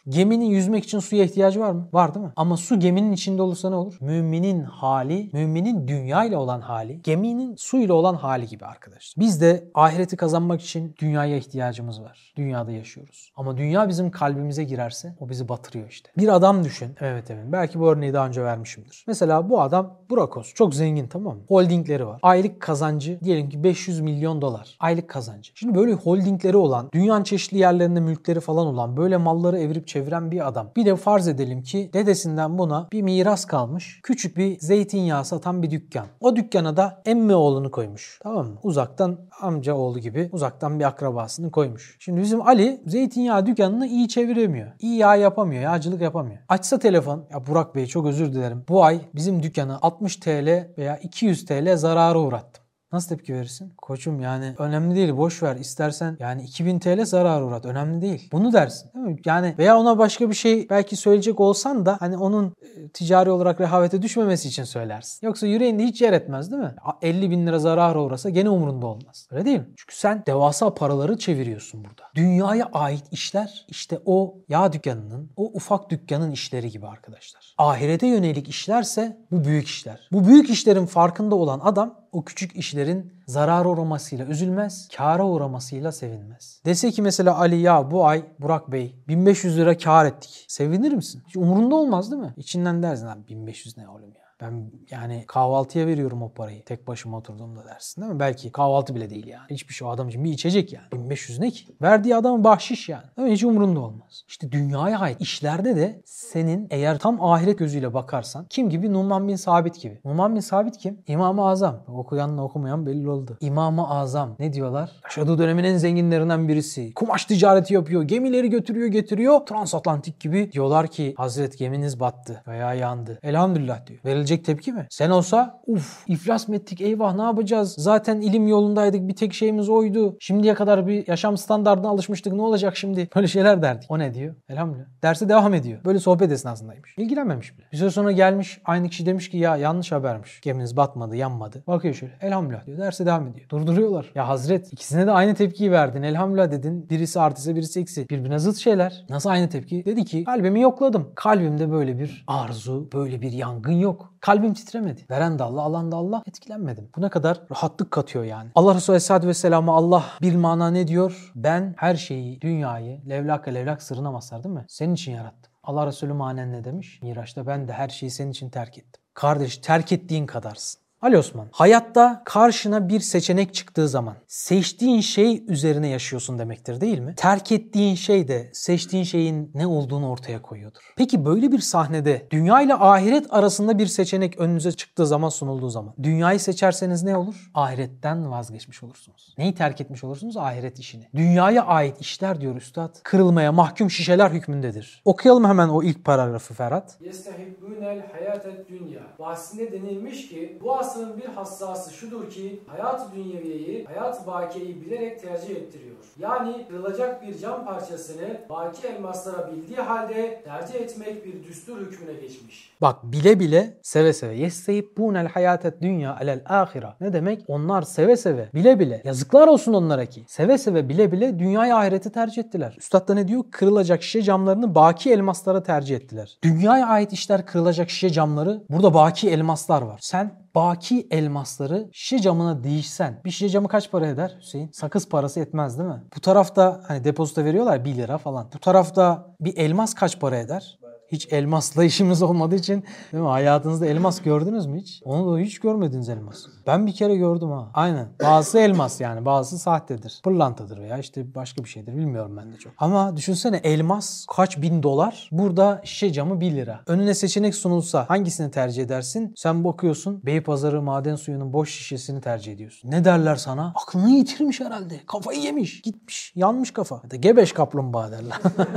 Geminin yüzmek için suya ihtiyacı var mı? Var değil mi? Ama su geminin içinde olursa ne olur? Müminin hali, müminin dünya ile olan hali, geminin su ile olan hali gibi arkadaşlar. Biz de ahireti kazanmak için dünyaya ihtiyacımız var. Dünyada yaşıyoruz. Ama dünya bizim kalbimize girerse o bizi batırıyor işte. Bir adam düşün. Evet evet. Belki bu örneği daha önce vermişimdir. Mesela bu adam Burakos. Çok zengin, tamam mı? Holdingleri var. Aylık kazancı diyelim ki beş yüz milyon dolar. Aylık kazancı. Şimdi böyle holdingleri olan, dünyanın çeşitli yerlerinde mülkleri falan olan, böyle malları evirip çeviren bir adam. Bir de farz edelim ki dedesinden buna bir miras kalmış. Küçük bir zeytinyağı satan bir dükkan. O dükkana da emmi oğlunu koymuş. Tamam mı? Uzaktan amca oğlu gibi uzaktan bir akrabasını koymuş. Şimdi bizim Ali zeytinyağı dükkanını iyi çeviremiyor. İyi yağ yapamıyor. Yağcılık yapamıyor. Açsa telefon, ya Burak Bey çok özür dilerim. Bu ay bizim dükkanı altmış TL veya iki yüz TL zarara uğrattım. Nasıl tepki verirsin? Koçum yani önemli değil, boş ver. İstersen yani iki bin TL zarar uğrat. Önemli değil. Bunu dersin. Değil mi? Yani veya ona başka bir şey belki söyleyecek olsan da hani onun e, ticari olarak rehavete düşmemesi için söylersin. Yoksa yüreğinde hiç yer etmez değil mi? elli bin lira zarar uğrasa gene umurunda olmaz. Öyle değil mi? Çünkü sen devasa paraları çeviriyorsun burada. Dünyaya ait işler işte o yağ dükkanının, o ufak dükkanın işleri gibi arkadaşlar. Ahirete yönelik işlerse bu büyük işler. Bu büyük işlerin farkında olan adam o küçük işlerin zarara uğramasıyla üzülmez, kâra uğramasıyla sevinmez. Dese ki mesela Ali, ya bu ay Burak Bey bin beş yüz lira kâr ettik. Sevinir misin? Hiç umurunda olmaz değil mi? İçinden dersin abi bin beş yüz ne oğlum ya. Ben yani kahvaltıya veriyorum o parayı. Tek başıma oturduğumda dersin değil mi? Belki kahvaltı bile değil yani. Hiçbir şey, o adam için bir içecek yani. bin beş yüz ne ki? Verdiği adamın bahşiş yani. Değil mi? Hiç umurunda olmaz. İşte dünyaya ait işlerde de senin eğer tam ahiret gözüyle bakarsan, kim gibi? Numan bin Sabit gibi. Numan bin Sabit kim? İmam-ı Azam. Okuyanla okumayan belli oldu. İmam-ı Azam. Ne diyorlar? Yaşadığı dönemin en zenginlerinden birisi. Kumaş ticareti yapıyor. Gemileri götürüyor getiriyor. Transatlantik gibi. Diyorlar ki Hazret geminiz battı veya yandı. Elhamdülillah diyor. Verilecek tepki mi? Sen olsa uf iflas mı ettik, eyvah ne yapacağız? Zaten ilim yolundaydık, bir tek şeyimiz oydu. Şimdiye kadar bir yaşam standardına alışmıştık, ne olacak şimdi? Böyle şeyler derdik. O ne diyor? Elhamdülillah. Derse devam ediyor. Böyle sohbet esnasındaymış. İlgilenmemiş bile. Bir süre sonra gelmiş aynı kişi demiş ki ya yanlış habermiş. Geminiz batmadı, yanmadı. Bakıyor şöyle. Elhamdülillah diyor. Derse devam ediyor. Durduruyorlar. Ya Hazret ikisine de aynı tepkiyi verdin. Elhamdülillah dedin. Birisi artıysa birisi eksi. Birbirine zıt şeyler. Nasıl aynı tepki? Dedi ki kalbimi yokladım. Kalbimde böyle bir arzu, böyle bir yangın yok. Kalbim titremedi. Veren de Allah, alan da Allah. Etkilenmedim. Bu ne kadar rahatlık katıyor yani. Allah Resulü Aleyhisselatü Vesselam'a Allah bir mana ne diyor? Ben her şeyi, dünyayı levlaka levlak sırrına mazhar değil mi? Senin için yarattım. Allah Resulü manen ne demiş? Miraç'ta ben de her şeyi senin için terk ettim. Kardeş, terk ettiğin kadarsın. Ali Osman, hayatta karşına bir seçenek çıktığı zaman seçtiğin şey üzerine yaşıyorsun demektir değil mi? Terk ettiğin şey de seçtiğin şeyin ne olduğunu ortaya koyuyordur. Peki böyle bir sahnede dünya ile ahiret arasında bir seçenek önünüze çıktığı zaman, sunulduğu zaman dünyayı seçerseniz ne olur? Ahiretten vazgeçmiş olursunuz. Neyi terk etmiş olursunuz? Ahiret işini. Dünyaya ait işler diyor üstad, kırılmaya mahkum şişeler hükmündedir. Okuyalım hemen o ilk paragrafı Ferhat. Yestehibbûnel hayatet dünya. Bahsinde denilmiş ki bu asrın bir hassası şudur ki hayat-ı dünyeviyeyi, hayat-ı bakiyeyi bilerek tercih ettiriyor. Yani kırılacak bir cam parçasını baki elmaslara bildiği halde tercih etmek bir düstur hükmüne geçmiş. Bak, bile bile seve seve. Yestehibbûnel hayatet dünya alel ahira. Ne demek? Onlar seve seve, bile bile. Yazıklar olsun onlara ki. Seve seve, bile bile dünyayı ahireti tercih ettiler. Üstad da ne diyor? Kırılacak şişe camlarını baki elmaslara tercih ettiler. Dünyaya ait işler kırılacak şişe camları. Burada baki elmaslar var. Sen baki elmasları şişe camına değişsen, bir şişe camı kaç para eder Hüseyin? Sakız parası etmez değil mi? Bu tarafta hani depozito veriyorlar bir lira falan. Bu tarafta bir elmas kaç para eder? Hiç elmasla işimiz olmadığı için değil mi? Hayatınızda elmas gördünüz mü hiç? Onu da hiç görmediniz elmas. Ben bir kere gördüm ha. Aynen. Bazısı elmas yani. Bazısı sahtedir. Pırlantadır veya işte başka bir şeydir. Bilmiyorum ben de çok. Ama düşünsene, elmas kaç bin dolar. Burada şişe camı bir lira. Önüne seçenek sunulsa hangisini tercih edersin? Sen bakıyorsun Beypazarı maden suyunun boş şişesini tercih ediyorsun. Ne derler sana? Aklını yitirmiş herhalde. Kafayı yemiş. Gitmiş. Yanmış kafa. Ya da gebeş kaplumbağa derler.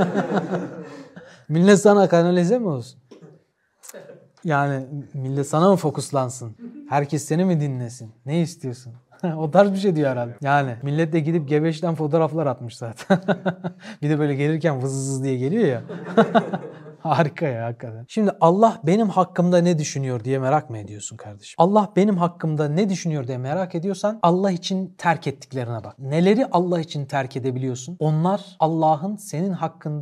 Millet sana kanalize mi olsun? Yani millet sana mı fokuslansın? Herkes seni mi dinlesin? Ne istiyorsun? O tarz bir şey diyor herhalde. Yani millet de gidip Gebeş'ten fotoğraflar atmış zaten. Bir de böyle gelirken vız vız diye geliyor ya. Harika ya hakikaten. Şimdi Allah benim hakkımda ne düşünüyor diye merak mı ediyorsun kardeşim? Allah benim hakkımda ne düşünüyor diye merak ediyorsan Allah için terk ettiklerine bak. Neleri Allah için terk edebiliyorsun? Onlar Allah'ın senin hakkında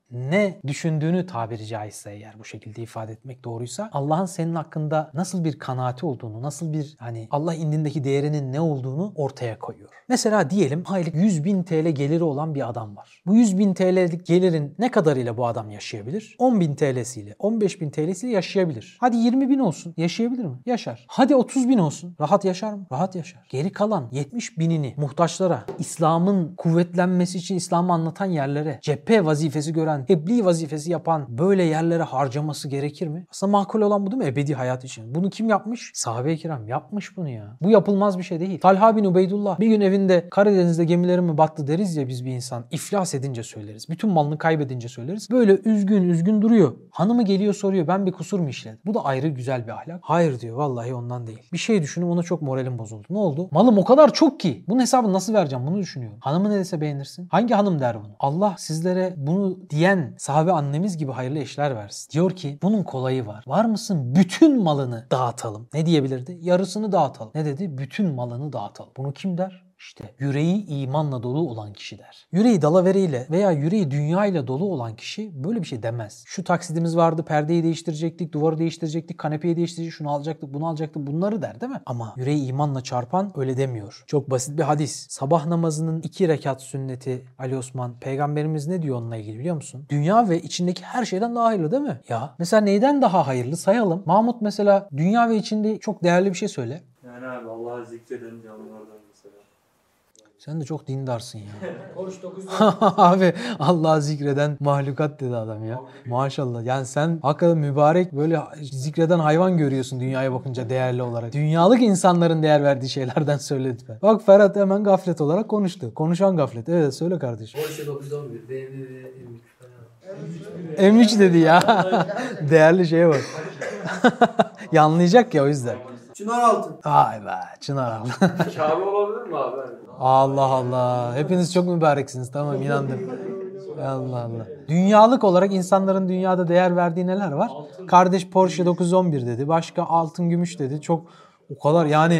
ne düşündüğünü tabiri caizse eğer bu şekilde ifade etmek doğruysa Allah'ın senin hakkında nasıl bir kanaati olduğunu, nasıl bir hani Allah indindeki değerinin ne olduğunu ortaya koyuyor. Mesela diyelim aylık yüz bin T L geliri olan bir adam var. Bu yüz bin T L'lik gelirin ne kadarıyla bu adam yaşayabilir? on bin T L'siyle, on beş bin T L'siyle yaşayabilir. Hadi yirmi bin olsun. Yaşayabilir mi? Yaşar. Hadi otuz bin olsun. Rahat yaşar mı? Rahat yaşar. Geri kalan yetmiş binini muhtaçlara, İslam'ın kuvvetlenmesi için İslam'ı anlatan yerlere, cephe vazifesi gören, tebliğ vazifesi yapan böyle yerlere harcaması gerekir mi? Aslında makul olan bu değil mi? Ebedi hayat için. Bunu kim yapmış? Sahabe-i kiram yapmış bunu ya. Bu yapılmaz bir şey değil. Talha bin Ubeydullah bir gün evinde Karadeniz'de gemilerim mi battı deriz ya biz bir insan. İflas edince söyleriz. Bütün malını kaybedince söyleriz. Böyle üzgün üzgün duruyor. Hanımı geliyor soruyor ben bir kusur mu işledim? Bu da ayrı güzel bir ahlak. Hayır diyor vallahi ondan değil. Bir şey düşünün ona çok moralim bozuldu. Ne oldu? Malım o kadar çok ki. Bunun hesabını nasıl vereceğim bunu düşünüyorum. Hanımı ne dese beğenirsin? Hangi hanım der bunu? Allah sizlere bunu diyen sahabe annemiz gibi hayırlı eşler versin. Diyor ki bunun kolayı var. Var mısın? Bütün malını dağıtalım. Ne diyebilirdi? Yarısını dağıtalım. Ne dedi? Bütün malını dağıtalım. Bunu kim der? İşte yüreği imanla dolu olan kişi der. Yüreği dalaveriyle veya yüreği dünyayla dolu olan kişi böyle bir şey demez. Şu taksidimiz vardı, perdeyi değiştirecektik, duvarı değiştirecektik, kanepeyi değiştirecektik, şunu alacaktık, bunu alacaktık, bunları der değil mi? Ama yüreği imanla çarpan öyle demiyor. Çok basit bir hadis. Sabah namazının iki rekat sünneti Ali Osman. Peygamberimiz ne diyor onunla ilgili biliyor musun? Dünya ve içindeki her şeyden daha hayırlı değil mi? Ya mesela neyden daha hayırlı sayalım. Mahmut mesela dünya ve içinde çok değerli bir şey söyle. Yani abi Allah'ı zikreden canlılardan mesela. Sen de çok dindarsın ya. Konuş dokuz Abi Allah'ı zikreden mahlukat dedi adam ya. Maşallah. Yani sen hakikaten mübarek böyle zikreden hayvan görüyorsun dünyaya bakınca değerli olarak. Dünyalık insanların değer verdiği şeylerden söyledi ben. Bak Ferhat hemen gaflet olarak konuştu. Konuşan gaflet. Evet söyle kardeşim. Porsche dokuz on bir, B M W M üç falan. M üç dedi ya. Değerli şeye bak. Yanlayacak ya o yüzden. Çınar altın. Vay be Çınar abi. Kabe olabilir mi abi? Allah Allah. Hepiniz çok mübareksiniz. Tamam inandım. Allah Allah. Dünyalık olarak insanların dünyada değer verdiği neler var? Kardeş Porsche dokuz on bir dedi. Başka altın gümüş dedi. Çok o kadar yani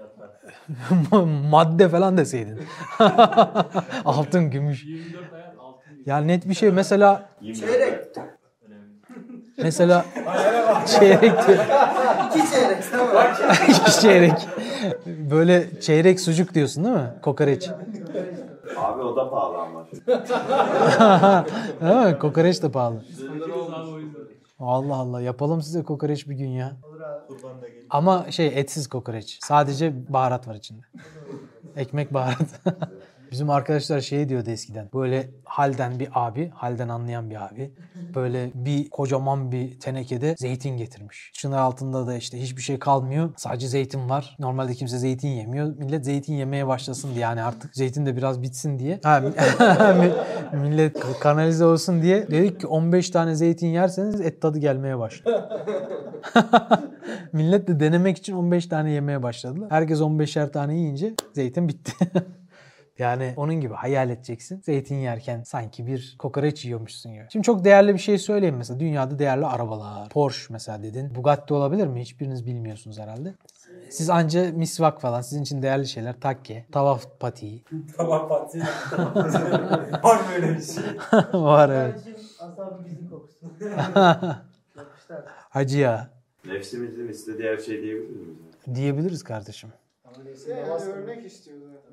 madde falan deseydin. Altın gümüş. Yani net bir şey mesela Çeyrek. mesela çeyrek diyor. İki çeyrek. Tamam. İki çeyrek. Böyle çeyrek sucuk diyorsun değil mi? Kokoreç. Abi o da pahalı ama. Değil mi? Kokoreç de pahalı. Allah Allah. Yapalım size kokoreç bir gün ya. Ama şey etsiz kokoreç. Sadece baharat var içinde. Ekmek baharat. Bizim arkadaşlar şey diyordu eskiden. Böyle halden bir abi, halden anlayan bir abi. Böyle bir kocaman bir tenekede zeytin getirmiş. Çınar altında da işte hiçbir şey kalmıyor. Sadece zeytin var. Normalde kimse zeytin yemiyor. Millet zeytin yemeye başlasın diye yani artık zeytin de biraz bitsin diye. Ha, millet kanalize olsun diye. Dedik ki on beş tane zeytin yerseniz et tadı gelmeye başlıyor. Millet de denemek için on beş tane yemeye başladılar. Herkes on beşer tane yiyince zeytin bitti. Yani onun gibi hayal edeceksin. Zeytin yerken sanki bir kokoreç yiyormuşsun gibi. Şimdi çok değerli bir şey söyleyeyim mesela. Dünyada değerli arabalar. Porsche mesela dedin. Bugatti olabilir mi? Hiçbiriniz bilmiyorsunuz herhalde. Siz anca misvak falan. Sizin için değerli şeyler. Takke, tavaf patiği. Tamam Fatih. Var böyle bir şey. Var evet. Asabı bizim kokusu. Hacı ya. Nefsimizin istediği her şey diyebilir miyiz? Diyebiliriz kardeşim. Yani örnek istiyor zaten.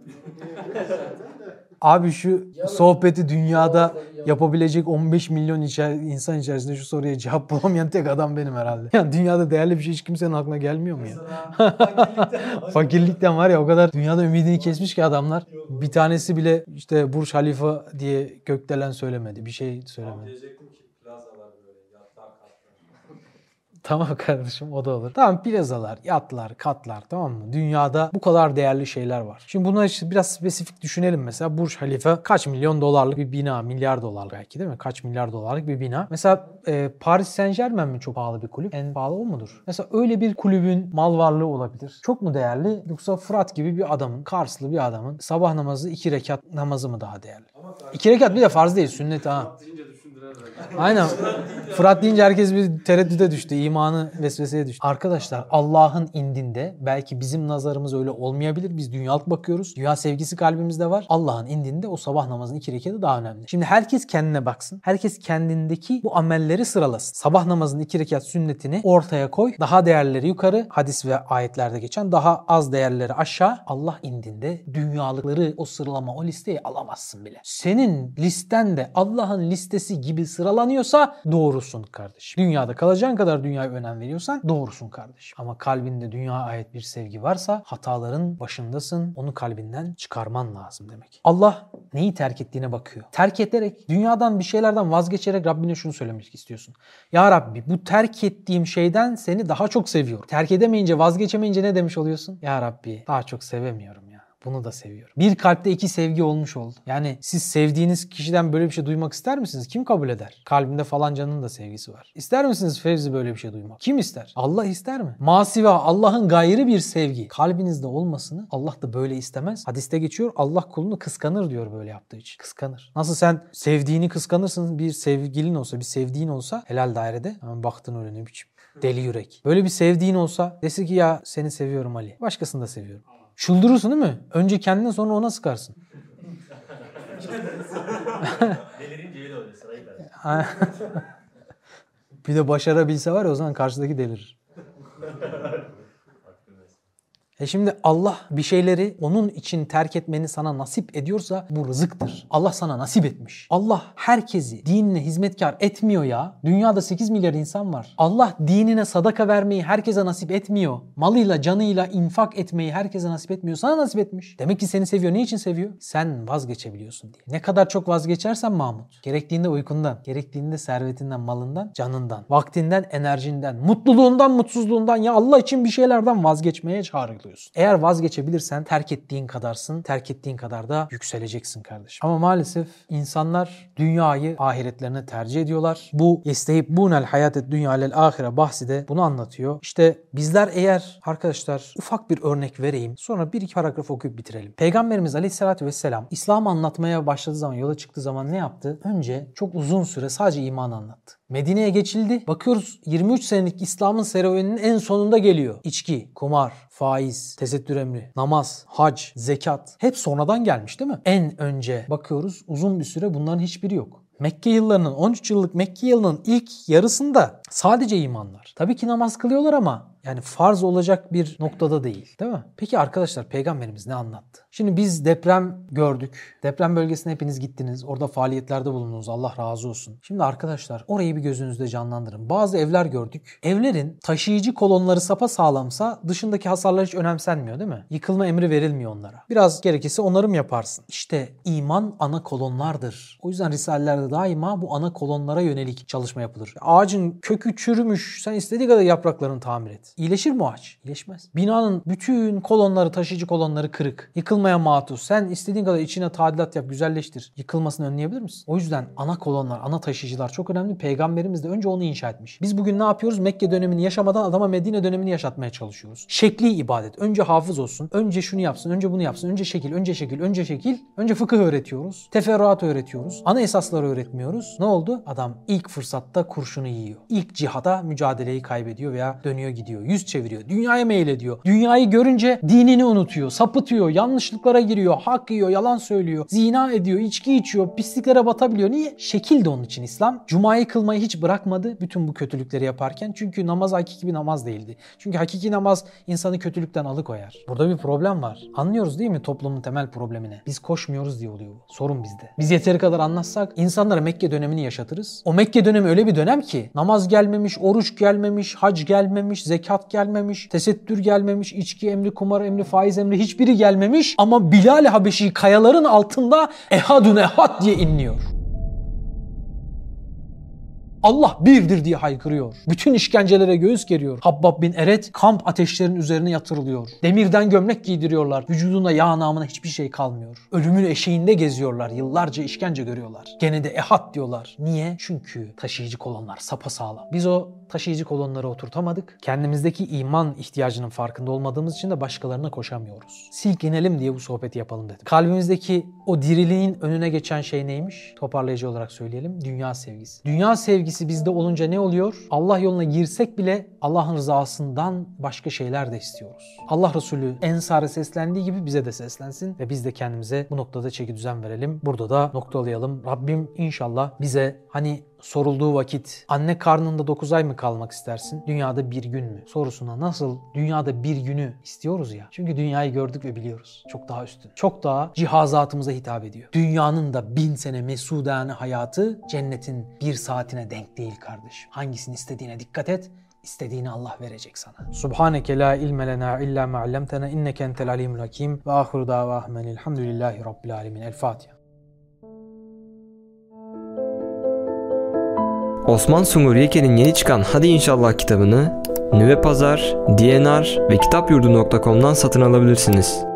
Abi şu sohbeti dünyada yapabilecek on beş milyon içer, insan içerisinde şu soruya cevap bulamayan tek adam benim herhalde. Yani dünyada değerli bir şey hiç kimsenin aklına gelmiyor mu ya? Fakirlikten var ya o kadar dünyada ümidini kesmiş ki adamlar. Bir tanesi bile işte Burj Khalifa diye gökdelen söylemedi. Bir şey söylemedi. Diyecektim ki plazalar böyle yatlar katlar. Tamam kardeşim o da olur. Tamam plazalar, yatlar, katlar tamam mı? Dünyada bu kadar değerli şeyler var. Şimdi bunları işte biraz spesifik düşünelim mesela. Burj Khalifa kaç milyon dolarlık bir bina? Milyar dolar belki değil mi? Kaç milyar dolarlık bir bina. Mesela e, Paris Saint-Germain mi çok pahalı bir kulüp? En pahalı o mudur? Mesela öyle bir kulübün mal varlığı olabilir. Çok mu değerli? Yoksa Fırat gibi bir adamın, Karslı bir adamın sabah namazı iki rekat namazı mı daha değerli? İki rekat bir de farz değil sünnet ha. Deyince düşündüren Aynen. Fırat deyince herkes bir tereddüde düştü. İmanı vesveseye düştü. Arkadaşlar Allah'ın indinde belki bizim nazarımız öyle olmayabilir. Biz dünyalık bakıyoruz. Dünya sevgisi kalbimizde var. Allah'ın indinde o sabah namazının iki rekatı daha önemli. Şimdi herkes kendine baksın. Herkes kendindeki bu amelleri sıralasın. Sabah namazının iki rekat sünnetini ortaya koy. Daha değerleri yukarı. Hadis ve ayetlerde geçen daha az değerleri aşağı. Allah indinde dünyalıkları o sıralama o listeyi alamazsın bile. Senin listen de Allah'ın listesi gibi sıralanıyorsa doğrusun kardeşim. Dünyada kalacağın kadar dünyaya önem veriyorsan doğrusun kardeşim. Ama kalbinde dünyaya ait bir sevgi varsa hataların başındasın. Onu kalbinden çıkarman lazım demek. Allah neyi terk ettiğine bakıyor. Terk ederek, dünyadan bir şeylerden vazgeçerek Rabbine şunu söylemek istiyorsun. Ya Rabbi bu terk ettiğim şeyden seni daha çok seviyorum. Terk edemeyince, vazgeçemeyince ne demiş oluyorsun? Ya Rabbi daha çok sevemiyorum ya. Bunu da seviyorum. Bir kalpte iki sevgi olmuş oldu. Yani siz sevdiğiniz kişiden böyle bir şey duymak ister misiniz? Kim kabul eder? Kalbinde falancanın da sevgisi var. İster misiniz Fevzi böyle bir şey duymak? Kim ister? Allah ister mi? Masiva Allah'ın gayrı bir sevgi kalbinizde olmasını Allah da böyle istemez. Hadiste geçiyor Allah kulunu kıskanır diyor böyle yaptığı için. Kıskanır. Nasıl sen sevdiğini kıskanırsın, bir sevgilin olsa, bir sevdiğin olsa helal dairede hemen baktın öyle ne biçim. Deli yürek. Böyle bir sevdiğin olsa dese ki ya seni seviyorum Ali. Başkasını da seviyorum. Çıldırırsın değil mi? Önce kendine sonra ona sıkarsın. Delirince öyle oluyor. Sırayı ver. Bir de başarabilse var ya o zaman karşıdaki delirir. E şimdi Allah bir şeyleri onun için terk etmeni sana nasip ediyorsa bu rızıktır. Allah sana nasip etmiş. Allah herkesi dinine hizmetkar etmiyor ya. Dünyada sekiz milyar insan var. Allah dinine sadaka vermeyi herkese nasip etmiyor. Malıyla, canıyla infak etmeyi herkese nasip etmiyor. Sana nasip etmiş. Demek ki seni seviyor. Ne için seviyor? Sen vazgeçebiliyorsun diye. Ne kadar çok vazgeçersen Mahmut. Gerektiğinde uykundan, gerektiğinde servetinden, malından, canından, vaktinden, enerjinden, mutluluğundan, mutsuzluğundan ya Allah için bir şeylerden vazgeçmeye çağrılıyor. Eğer vazgeçebilirsen terk ettiğin kadarsın, terk ettiğin kadar da yükseleceksin kardeşim. Ama maalesef insanlar dünyayı ahiretlerine tercih ediyorlar. Bu yestehibunel hayatet dünya lel ahire bahsi de bunu anlatıyor. İşte bizler eğer arkadaşlar ufak bir örnek vereyim. Sonra bir iki paragraf okuyup bitirelim. Peygamberimiz Aleyhisselatü Vesselam İslam anlatmaya başladığı zaman, yola çıktığı zaman ne yaptı? Önce çok uzun süre sadece iman anlattı. Medine'ye geçildi. Bakıyoruz yirmi üç senelik İslam'ın serüveninin en sonunda geliyor. İçki, kumar, faiz, tesettür emri, namaz, hac, zekat hep sonradan gelmiş değil mi? En önce bakıyoruz uzun bir süre bunların hiçbiri yok. Mekke yıllarının, on üç yıllık Mekke yılının ilk yarısında sadece imanlar. Tabii ki namaz kılıyorlar ama yani farz olacak bir noktada değil, değil mi? Peki arkadaşlar Peygamberimiz ne anlattı? Şimdi biz deprem gördük. Deprem bölgesine hepiniz gittiniz. Orada faaliyetlerde bulundunuz. Allah razı olsun. Şimdi arkadaşlar orayı bir gözünüzde canlandırın. Bazı evler gördük. Evlerin taşıyıcı kolonları sapasağlamsa dışındaki hasarlar hiç önemsenmiyor değil mi? Yıkılma emri verilmiyor onlara. Biraz gerekirse onarım yaparsın. İşte iman ana kolonlardır. O yüzden Risalelerde daima bu ana kolonlara yönelik çalışma yapılır. Ağacın kökü çürümüş. Sen istediği kadar yapraklarını tamir et. İyileşir mi o ağaç? İyileşmez. Binanın bütün kolonları, taşıyıcı kolonları kırık. Yıkılmaya matuz. Sen istediğin kadar içine tadilat yap, güzelleştir. Yıkılmasını önleyebilir misin? O yüzden ana kolonlar, ana taşıyıcılar çok önemli. Peygamberimiz de önce onu inşa etmiş. Biz bugün ne yapıyoruz? Mekke dönemini yaşamadan adama Medine dönemini yaşatmaya çalışıyoruz. Şekli ibadet. Önce hafız olsun. Önce şunu yapsın. Önce bunu yapsın. Önce şekil, önce şekil, önce şekil. Önce fıkıh öğretiyoruz. Teferruat öğretiyoruz. Ana esasları öğretmiyoruz. Ne oldu? Adam ilk fırsatta kurşunu yiyor. İlk cihada mücadeleyi kaybediyor veya dönüyor gidiyor. Yüz çeviriyor. Dünyaya meylediyor. Dünyayı görünce dinini unutuyor. Sapıtıyor. Yanlışlıklara giriyor. Hak yiyor. Yalan söylüyor. Zina ediyor. İçki içiyor. Pisliklere batabiliyor. Niye? Şekil de onun için İslam. Cuma'yı kılmayı hiç bırakmadı. Bütün bu kötülükleri yaparken. Çünkü namaz hakiki bir namaz değildi. Çünkü hakiki namaz insanı kötülükten alıkoyar. Burada bir problem var. Anlıyoruz değil mi toplumun temel problemini? Biz koşmuyoruz diye oluyor bu. Sorun bizde. Biz yeteri kadar anlatsak insanlara Mekke dönemini yaşatırız. O Mekke dönemi öyle bir dönem ki namaz gelmemiş, oruç gelmemiş, hac gelmemiş, zekat gelmemiş, tesettür gelmemiş, içki emri, kumar emri, faiz emri hiçbiri gelmemiş ama Bilal-i Habeşi kayaların altında ehadun ehad diye inliyor. Allah birdir diye haykırıyor. Bütün işkencelere göğüs geriyor. Habbab bin Eret kamp ateşlerinin üzerine yatırılıyor. Demirden gömlek giydiriyorlar. Vücudunda yağ namına hiçbir şey kalmıyor. Ölümün eşiğinde geziyorlar. Yıllarca işkence görüyorlar. Gene de ehad diyorlar. Niye? Çünkü taşıyıcı kolonlar sapasağlam. Biz o taşıyıcı kolonlara oturtamadık. Kendimizdeki iman ihtiyacının farkında olmadığımız için de başkalarına koşamıyoruz. Silkinelim diye bu sohbeti yapalım dedim. Kalbimizdeki o diriliğin önüne geçen şey neymiş? Toparlayıcı olarak söyleyelim. Dünya sevgisi. Dünya sevgisi bizde olunca ne oluyor? Allah yoluna girsek bile Allah'ın rızasından başka şeyler de istiyoruz. Allah Resulü Ensar'a seslendiği gibi bize de seslensin ve biz de kendimize bu noktada çeki düzen verelim. Burada da noktalayalım. Rabbim inşallah bize hani sorulduğu vakit anne karnında dokuz ay mı kalmak istersin? Dünyada bir gün mü? Sorusuna nasıl dünyada bir günü istiyoruz ya. Çünkü dünyayı gördük ve biliyoruz. Çok daha üstün. Çok daha cihazatımıza hitap ediyor. Dünyanın da bin sene mesudane hayatı cennetin bir saatine denk değil kardeşim. Hangisini istediğine dikkat et. İstediğini Allah verecek sana. Subhaneke la ilme lena illa ma allamtena inneke entel alimul hakim ve ahiru davahumul elhamdülillahi rabbil alamin. El Fatiha. Osman Sungur Yeke'nin yeni çıkan Hadi İnşallah kitabını Nüve Pazar, D N R ve kitapyurdu nokta com'dan satın alabilirsiniz.